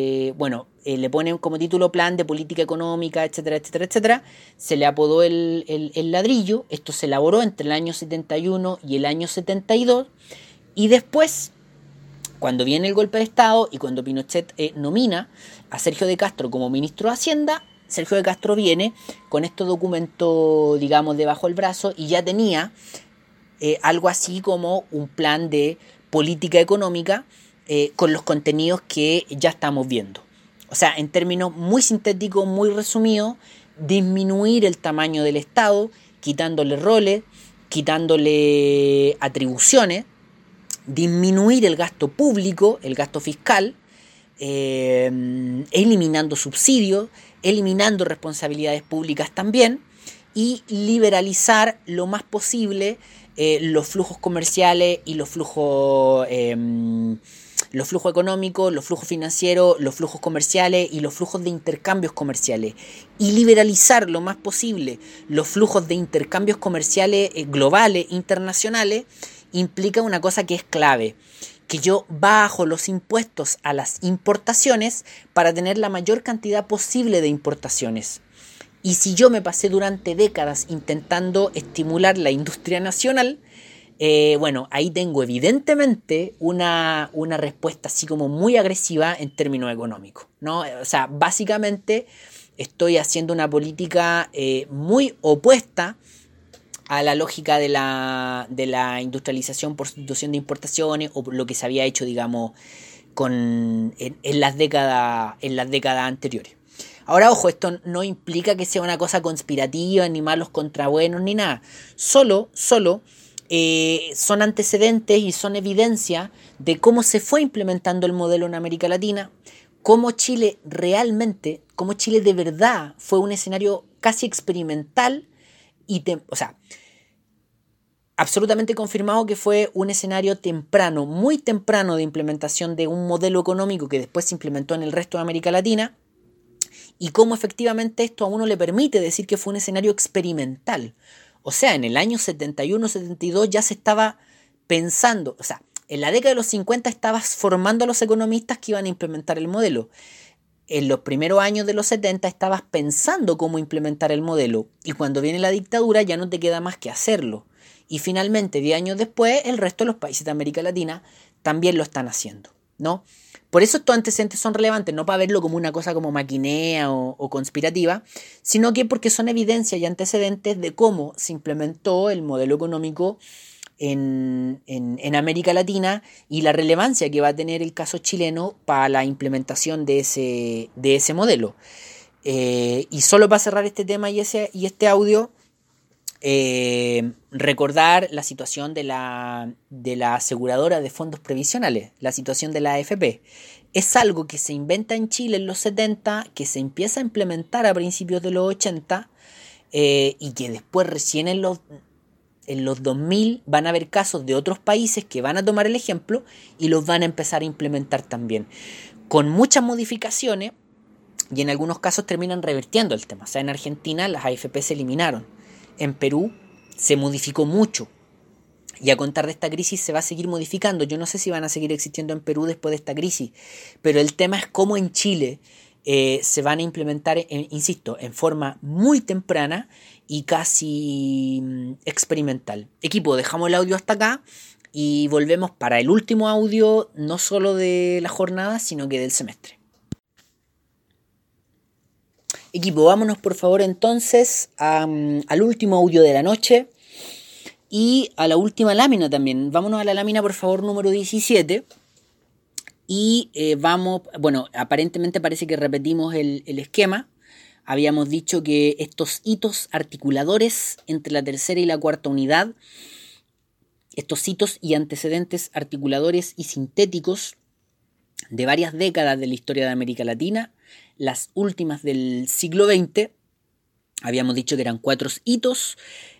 Plan de Política Económica, etcétera, etcétera, etcétera. Se le apodó el Ladrillo. Esto se elaboró entre el año 71 y el año 72. Y después, cuando viene el golpe de Estado y cuando Pinochet nomina a Sergio de Castro como ministro de Hacienda, Sergio de Castro viene con este documento, digamos, debajo del brazo y ya tenía algo así como un plan de política económica con los contenidos que ya estamos viendo. O sea, en términos muy sintéticos, muy resumidos, disminuir el tamaño del Estado, quitándole roles, quitándole atribuciones, disminuir el gasto público, el gasto fiscal, eliminando subsidios, eliminando responsabilidades públicas también, y liberalizar lo más posible los flujos comerciales y los flujos económicos, los flujos financieros, los flujos comerciales y los flujos de intercambios comerciales. Y liberalizar lo más posible los flujos de intercambios comerciales globales, internacionales, implica una cosa que es clave, que yo bajo los impuestos a las importaciones para tener la mayor cantidad posible de importaciones. Y si yo me pasé durante décadas intentando estimular la industria nacional, ahí tengo evidentemente una respuesta así como muy agresiva en términos económicos, ¿no? O sea, básicamente estoy haciendo una política muy opuesta a la lógica de la industrialización por sustitución de importaciones o por lo que se había hecho, digamos, en las décadas anteriores. Ahora, ojo, esto no implica que sea una cosa conspirativa, ni malos contra buenos, ni nada. Solo son antecedentes y son evidencia de cómo se fue implementando el modelo en América Latina, cómo Chile de verdad fue un escenario casi experimental absolutamente confirmado que fue un escenario temprano, muy temprano de implementación de un modelo económico que después se implementó en el resto de América Latina, y cómo efectivamente esto a uno le permite decir que fue un escenario experimental. O sea, en el año 71-72 ya se estaba pensando, o sea, en la década de los 50 estabas formando a los economistas que iban a implementar el modelo. En los primeros años de los 70 estabas pensando cómo implementar el modelo, y cuando viene la dictadura ya no te queda más que hacerlo. Y finalmente, 10 años después, el resto de los países de América Latina también lo están haciendo, ¿no? Por eso estos antecedentes son relevantes, no para verlo como una cosa como maquinea o conspirativa, sino que porque son evidencias y antecedentes de cómo se implementó el modelo económico en América Latina y la relevancia que va a tener el caso chileno para la implementación de ese modelo. Y solo para cerrar este tema y este audio, recordar la situación de la aseguradora de fondos previsionales, la situación de la AFP. Es algo que se inventa en Chile en los 70, que se empieza a implementar a principios de los 80 y que después recién en los 2000 van a haber casos de otros países que van a tomar el ejemplo y los van a empezar a implementar también, con muchas modificaciones, y en algunos casos terminan revirtiendo el tema. O sea, en Argentina las AFP se eliminaron, en Perú se modificó mucho, y a contar de esta crisis se va a seguir modificando. Yo no sé si van a seguir existiendo en Perú después de esta crisis, pero el tema es cómo en Chile se van a implementar, insisto, en forma muy temprana y casi experimental. Equipo, dejamos el audio hasta acá y volvemos para el último audio, no solo de la jornada, sino que del semestre. Equipo, vámonos por favor entonces al último audio de la noche y a la última lámina también. Vámonos a la lámina por favor número 17. Y aparentemente parece que repetimos el esquema. Habíamos dicho que estos hitos articuladores entre la tercera y la cuarta unidad, estos hitos y antecedentes articuladores y sintéticos de varias décadas de la historia de América Latina, las últimas del siglo XX, habíamos dicho que eran 4 hitos.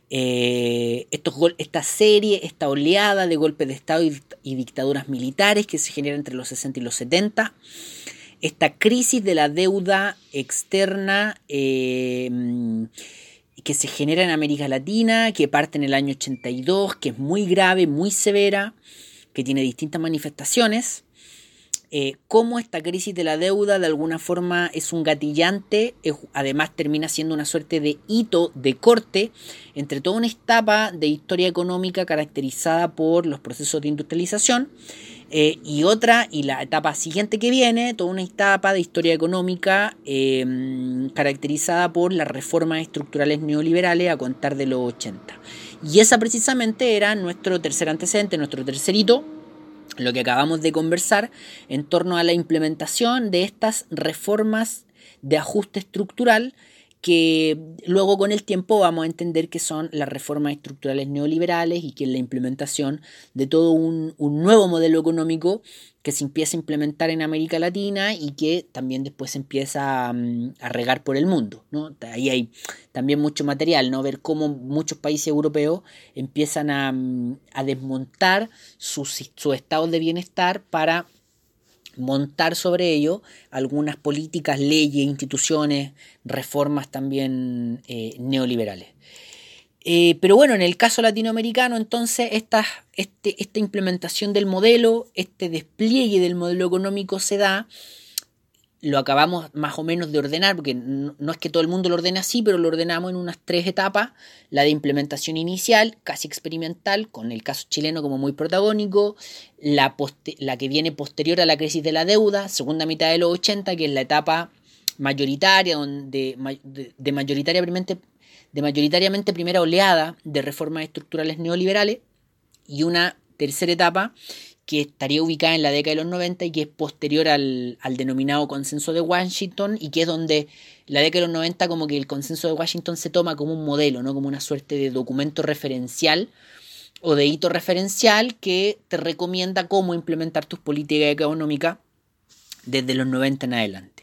Esta serie, esta oleada de golpes de Estado y dictaduras militares que se genera entre los 60 y los 70, esta crisis de la deuda externa que se genera en América Latina, que parte en el año 82, que es muy grave, muy severa, que tiene distintas manifestaciones. Cómo esta crisis de la deuda de alguna forma es un gatillante, además termina siendo una suerte de hito de corte entre toda una etapa de historia económica caracterizada por los procesos de industrialización y la etapa siguiente que viene, toda una etapa de historia económica caracterizada por las reformas estructurales neoliberales a contar de los 80. Y esa precisamente era nuestro tercer antecedente, nuestro tercer hito, lo que acabamos de conversar en torno a la implementación de estas reformas de ajuste estructural que luego con el tiempo vamos a entender que son las reformas estructurales neoliberales y que es la implementación de todo un nuevo modelo económico que se empieza a implementar en América Latina y que también después se empieza a regar por el mundo, ¿no? Ahí hay también mucho material, ¿no? Ver cómo muchos países europeos empiezan a desmontar sus estados de bienestar para montar sobre ello algunas políticas, leyes, instituciones, reformas también neoliberales. Pero bueno, en el caso latinoamericano, entonces, esta implementación del modelo, este despliegue del modelo económico se da, lo acabamos más o menos de ordenar, porque no es que todo el mundo lo ordene así, pero lo ordenamos en unas 3 etapas. La de implementación inicial, casi experimental, con el caso chileno como muy protagónico. La que viene posterior a la crisis de la deuda, segunda mitad de los 80, que es la etapa mayoritaria, de mayoritariamente primera oleada de reformas estructurales neoliberales, y una tercera etapa que estaría ubicada en la década de los 90 y que es posterior al denominado consenso de Washington, y que es donde la década de los 90 como que el consenso de Washington se toma como un modelo, ¿no? Como una suerte de documento referencial o de hito referencial que te recomienda cómo implementar tus políticas económicas desde los 90 en adelante.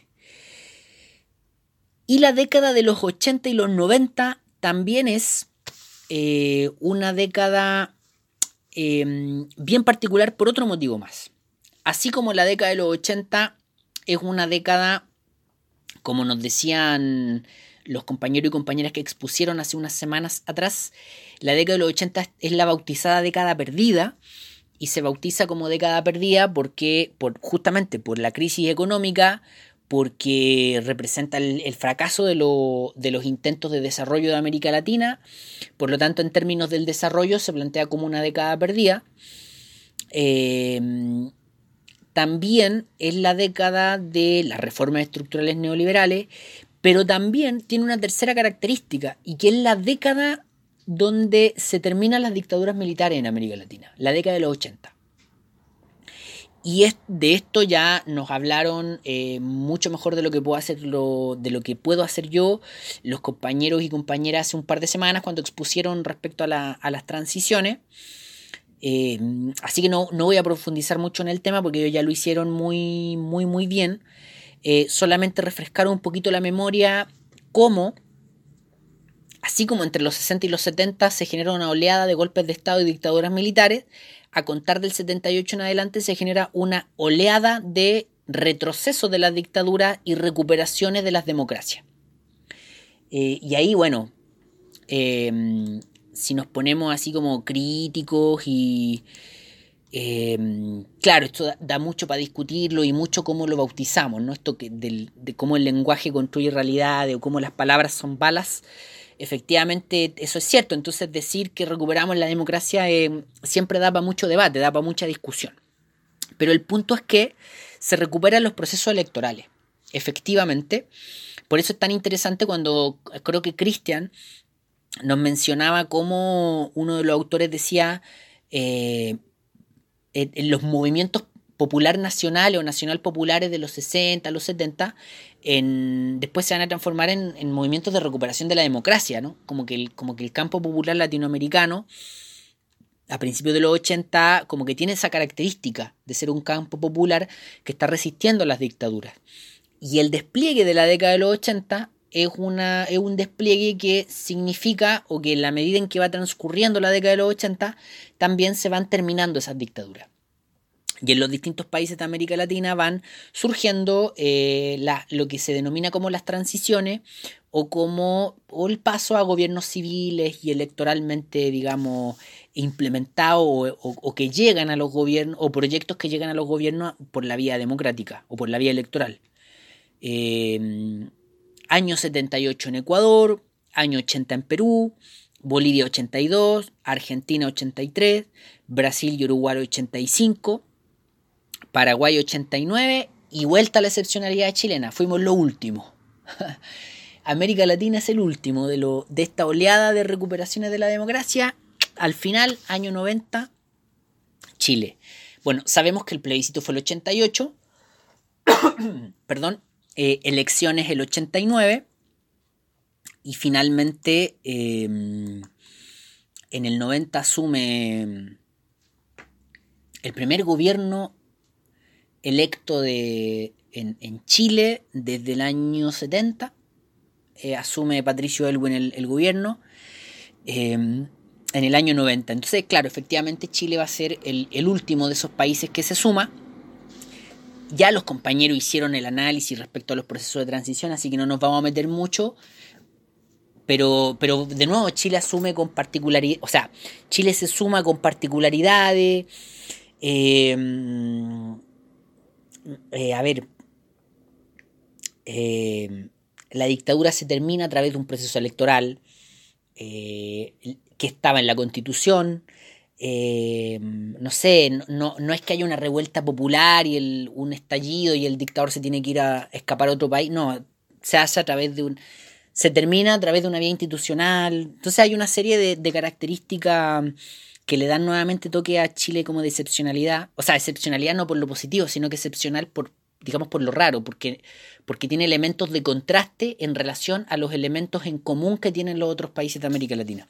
Y la década de los 80 y los 90 también es una década bien particular por otro motivo más. Así como la década de los 80 es una década, como nos decían los compañeros y compañeras que expusieron hace unas semanas atrás, la década de los 80 es la bautizada década perdida, y se bautiza como década perdida porque justamente por la crisis económica, porque representa el fracaso de los intentos de desarrollo de América Latina. Por lo tanto, en términos del desarrollo se plantea como una década perdida. También es la década de las reformas estructurales neoliberales, pero también tiene una tercera característica, y que es la década donde se terminan las dictaduras militares en América Latina, la década de los 80. Y de esto ya nos hablaron mucho mejor de lo que puedo hacer yo, los compañeros y compañeras hace un par de semanas cuando expusieron respecto a las transiciones. Así que no voy a profundizar mucho en el tema porque ellos ya lo hicieron muy, muy, muy bien. Solamente refrescar un poquito la memoria, así como entre los 60 y los 70 se generó una oleada de golpes de Estado y dictaduras militares, a contar del 78 en adelante se genera una oleada de retroceso de las dictaduras y recuperaciones de las democracias. Y ahí, bueno, si nos ponemos así como críticos y... claro, esto da mucho para discutirlo y mucho cómo lo bautizamos, ¿no? Esto de cómo el lenguaje construye realidad, de cómo las palabras son balas. Efectivamente, eso es cierto. Entonces, decir que recuperamos la democracia siempre da para mucho debate, da para mucha discusión. Pero el punto es que se recuperan los procesos electorales. Efectivamente. Por eso es tan interesante cuando creo que Cristian nos mencionaba cómo uno de los autores decía en los movimientos popular nacionales o nacional populares de los 60, los 70, después se van a transformar en movimientos de recuperación de la democracia, ¿no? Como que el campo popular latinoamericano a principios de los 80 como que tiene esa característica de ser un campo popular que está resistiendo a las dictaduras. Y el despliegue de la década de los 80 es un despliegue que significa, o que en la medida en que va transcurriendo la década de los 80, también se van terminando esas dictaduras. Y en los distintos países de América Latina van surgiendo lo que se denomina como las transiciones o el paso a gobiernos civiles y electoralmente, digamos, implementados o que llegan a los gobiernos, o proyectos que llegan a los gobiernos por la vía democrática o por la vía electoral. Año 78 en Ecuador, año 80 en Perú, Bolivia 82, Argentina 83, Brasil y Uruguay 85, Paraguay 89 y vuelta a la excepcionalidad chilena. Fuimos lo último. América Latina es el último de esta oleada de recuperaciones de la democracia. Al final, año 90, Chile. Bueno, sabemos que el plebiscito fue el 88. Perdón. Elecciones el 89. Y finalmente, en el 90 asume el primer gobierno electo en Chile desde el año 70. Asume Patricio Aylwin el gobierno en el año 90. Entonces, claro, efectivamente Chile va a ser el último de esos países que se suma. Ya los compañeros hicieron el análisis respecto a los procesos de transición, así que no nos vamos a meter mucho. Pero de nuevo, Chile asume con particularidad, o sea, Chile se suma con particularidades. La dictadura se termina a través de un proceso electoral que estaba en la Constitución. No sé, no es que haya una revuelta popular y un estallido y el dictador se tiene que ir a escapar a otro país. No, se hace a través se termina a través de una vía institucional. Entonces hay una serie de características que le dan nuevamente toque a Chile como de excepcionalidad. O sea, excepcionalidad no por lo positivo, sino que excepcional por lo raro, porque tiene elementos de contraste en relación a los elementos en común que tienen los otros países de América Latina.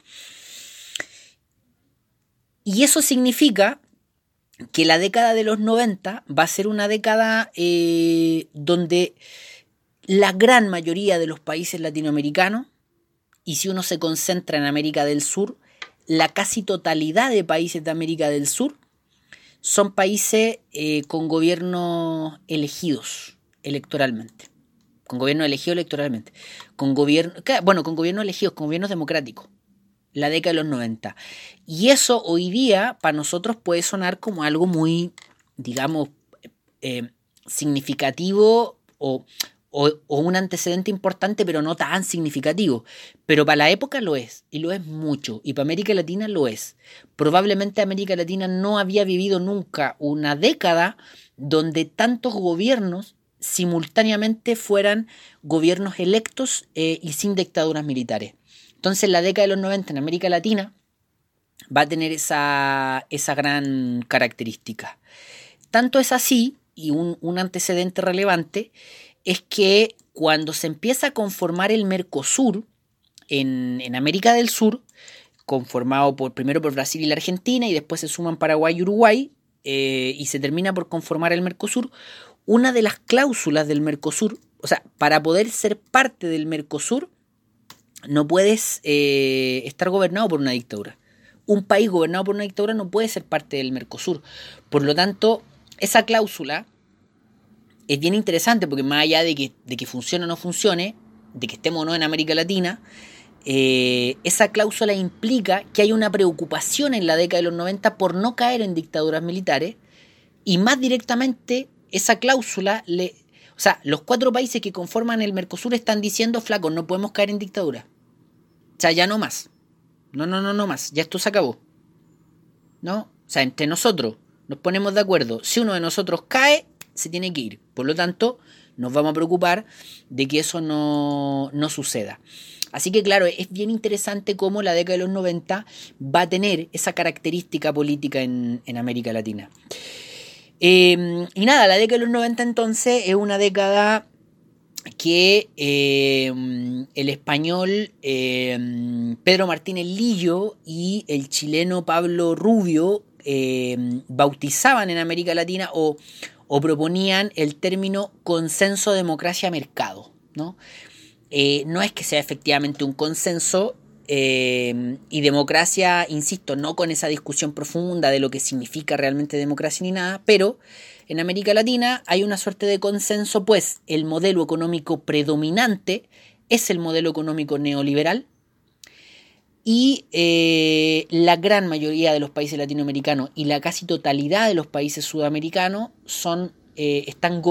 Y eso significa que la década de los 90 va a ser una década donde la gran mayoría de los países latinoamericanos, y si uno se concentra en América del Sur, la casi totalidad de países de América del Sur son países con gobiernos elegidos electoralmente. Con gobiernos elegidos electoralmente. Con gobiernos elegidos, con gobiernos democráticos. La década de los 90. Y eso hoy día para nosotros puede sonar como algo muy, digamos, significativo o un antecedente importante, pero no tan significativo. Pero para la época lo es, y lo es mucho, y para América Latina lo es. Probablemente América Latina no había vivido nunca una década donde tantos gobiernos simultáneamente fueran gobiernos electos y sin dictaduras militares. Entonces la década de los 90 en América Latina va a tener esa gran característica. Tanto es así, y un antecedente relevante, es que cuando se empieza a conformar el Mercosur en América del Sur, conformado primero por Brasil y la Argentina, y después se suman Paraguay y Uruguay, y se termina por conformar el Mercosur, una de las cláusulas del Mercosur, o sea, para poder ser parte del Mercosur, no puedes estar gobernado por una dictadura. Un país gobernado por una dictadura no puede ser parte del Mercosur. Por lo tanto, esa cláusula es bien interesante porque más allá de que funcione o no funcione, de que estemos o no en América Latina, esa cláusula implica que hay una preocupación en la década de los 90 por no caer en dictaduras militares, y más directamente esa cláusula o sea, los 4 países que conforman el Mercosur están diciendo, flacos, no podemos caer en dictadura. O sea, ya no más. No más. Ya esto se acabó. ¿No? O sea, entre nosotros nos ponemos de acuerdo. Si uno de nosotros cae, se tiene que ir. Por lo tanto, nos vamos a preocupar de que eso no suceda. Así que claro, es bien interesante cómo la década de los 90 va a tener esa característica política en América Latina. Y nada, la década de los 90 entonces es una década que el español Pedro Martínez Lillo y el chileno Pablo Rubio bautizaban en América Latina o proponían el término consenso democracia-mercado, ¿no? No es que sea efectivamente un consenso, y democracia, insisto, no con esa discusión profunda de lo que significa realmente democracia ni nada, pero en América Latina hay una suerte de consenso, pues el modelo económico predominante es el modelo económico neoliberal, y la gran mayoría de los países latinoamericanos y la casi totalidad de los países sudamericanos están gobernados